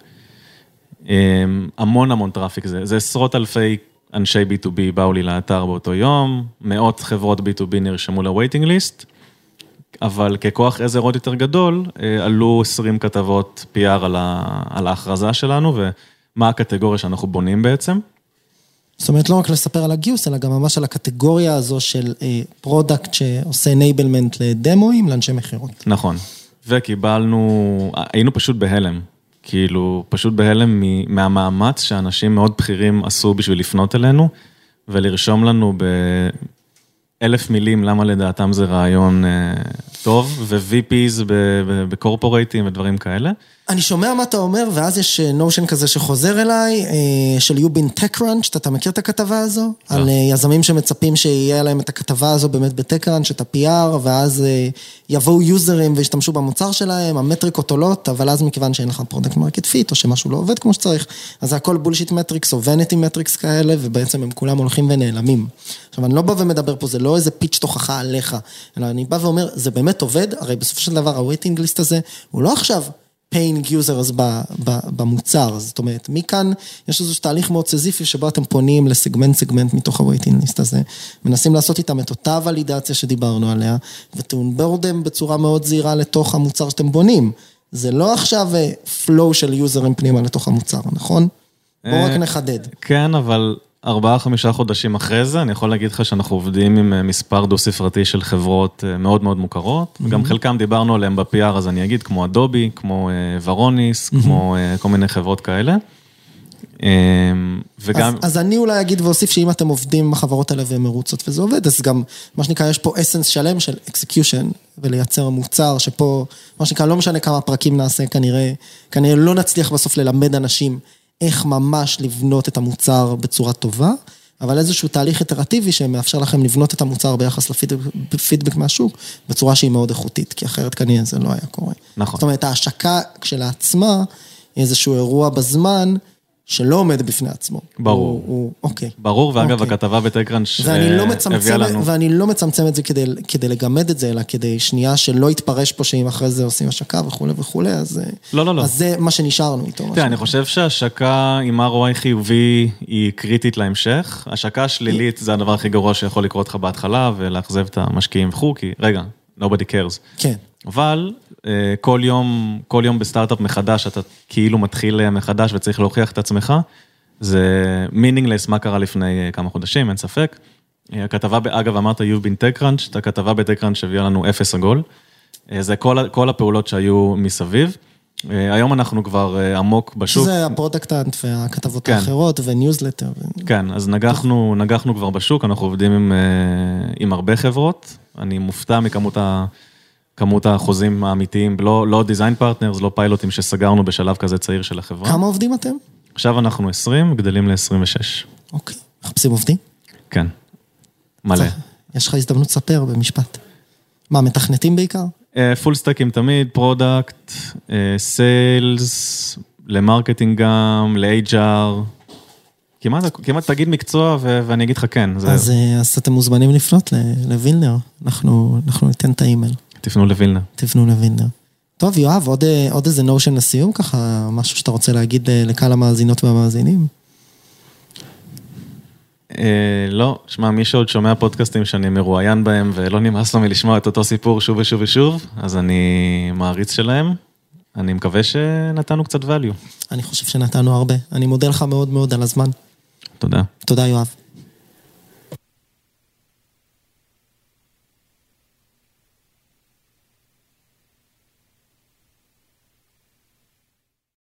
המון המון טראפיק זה, זה עשרות אלפי אנשי בי טו בי באו לי לאתר באותו יום, מאות חברות בי טו בי נרשמו ל-waiting list, אבל ככוח עזר עוד יותר גדול, עלו עשרים כתבות פי אר על, על ההכרזה שלנו, ומה הקטגוריה שאנחנו בונים בעצם. זאת אומרת, לא רק לספר על הגיוס, אלא גם ממש על הקטגוריה הזו של פרודקט שעושה enablement לדמוים, לאנשי מחירות. נכון, וקיבלנו, היינו פשוט בהלם, כאילו פשוט בהלם מהמאמץ שאנשים מאוד בכירים עשו בשביל לפנות אלינו, ולרשום לנו באלף מילים למה לדעתם זה רעיון טוב, ו-וי פיז בקורפורייטים ודברים כאלה. אני שומע מה אתה אומר, ואז יש נושן כזה שחוזר אליי, של You've been TechCrunch, אתה מכיר את הכתבה הזו? על יזמים שמצפים שיהיה להם את הכתבה הזו באמת ב-TechCrunch, את ה-פי אר, ואז יבואו יוזרים וישתמשו במוצר שלהם, המטריקות עולות, אבל אז מכיוון שאין לך פרודקט מרקט פיט, או שמשהו לא עובד כמו שצריך, אז זה הכל בולשיט מטריקס או וניטי מטריקס כאלה, ובעצם הם כולם הולכים ונעלמים. עכשיו, אני לא בא ומדבר פה, זה לא איזה פיץ' תוכחה עליך, אלא אני בא ואומר, זה באמת עובד, הרי בסופו של דבר, ה-waiting list הזה, הוא לא עכשיו paying users במוצר, זאת אומרת, מכאן יש איזשהו תהליך מאוד סזיפי שבו אתם פונים לסגמנט סגמנט מתוך ה-waiting list הזה, מנסים לעשות איתם את אותה ולידציה שדיברנו עליה, ותאונבורדם בצורה מאוד זהירה לתוך המוצר שאתם בונים. זה לא עכשיו flow של יוזרים פנימה לתוך המוצר, נכון? בואו רק נחדד. כן, אבל ארבעה, חמישה חודשים אחרי זה, אני יכול להגיד לך שאנחנו עובדים עם מספר דו-ספרתי של חברות מאוד מאוד מוכרות, וגם חלקם דיברנו עליהם ב-פי אר, אז אני אגיד, כמו אדובי, כמו ורוניס, כמו כל מיני חברות כאלה. וגם... אז אני אולי אגיד ואוסיף שאם אתם עובדים עם החברות האלה והן מרוצות וזה עובד, אז גם, מה שנקרא, יש פה אסנס שלם של execution, ולייצר מוצר שפה, מה שנקרא, לא משנה כמה פרקים נעשה, כנראה, כנראה לא נצליח בסוף ללמד אנשים איך ממש לבנות את המוצר בצורה טובה, אבל איזשהו תהליך איטרטיבי שמאפשר לכם לבנות את המוצר ביחס לפידבק מהשוק, בצורה שהיא מאוד איכותית, כי אחרת כנראה זה לא היה קורה. נכון. זאת אומרת, ההשקה כשלעצמה, איזשהו אירוע בזמן, שלא עומד בפני עצמו. ברור. הוא, הוא, אוקיי. ברור, ואגב, אוקיי. הכתבה בטקראנץ' ואני לא הביאה לנו. ואני לא מצמצם את זה כדי, כדי לגמד את זה, אלא כדי שנייה שלא יתפרש פה שאם אחרי זה עושים השקה וכו' וכו', אז, לא, לא, לא. אז זה מה שנשארנו איתו. תראה, אני חושב שהשקה עם אר או איי חיובי היא קריטית להמשך. השקה שלילית זה הדבר הכי גרוע שיכול לקרות לך בהתחלה, ולאכזב את המשקיעים וכו', כי רגע, nobody cares. כן. אבל כל יום, כל יום בסטארט-אפ מחדש, אתה כאילו מתחיל מחדש וצריך להוכיח את עצמך, זה meaningless מה קרה לפני כמה חודשים, אין ספק. הכתבה, אגב, אמרת You've been TechCrunch, את הכתבה ב-TechCrunch הביאה לנו אפס עגול. זה כל, כל הפעולות שהיו מסביב. היום אנחנו כבר עמוק בשוק. זה הפרודקטנט והכתבות כן. האחרות וניוזלטר. כן, אז נגחנו, נגחנו כבר בשוק, אנחנו עובדים עם, עם הרבה חברות. אני מופתע מכמות ה... כמות החוזים האמיתיים, לא, לא דיזיין פרטנרס, לא פיילוטים שסגרנו בשלב כזה צעיר של החברה. כמה עובדים אתם? עכשיו אנחנו עשרים, גדלים ל-עשרים ושש. אוקיי. מחפשים עובדים? כן. מלא. יש לך הזדמנות לספר במשפט. מה, מתכנתים בעיקר? פול סטקים תמיד, פרודקט, סיילס, למרקטינג גם, ל-אייץ' אר. כמעט, כמעט תגיד מקצוע ו- ואני אגיד לך כן. אז, זה... אז אתם מוזמנים לפנות לווילנר. אנחנו, אנחנו ניתן את האימייל. תפנו לווילנר. תפנו לווילנר. טוב, יואב, עוד, עוד איזה נושן לסיום, ככה, משהו שאתה רוצה להגיד לקהל המאזינות והמאזינים? אה, לא, שמע, מי שעוד שומע פודקאסטים שאני מרואיין בהם, ולא נמאס לו מלשמוע את אותו סיפור שוב ושוב ושוב, אז אני מעריץ שלהם. אני מקווה שנתנו קצת value. אני חושב שנתנו הרבה. אני מודה לך מאוד מאוד על הזמן. תודה. תודה, יואב.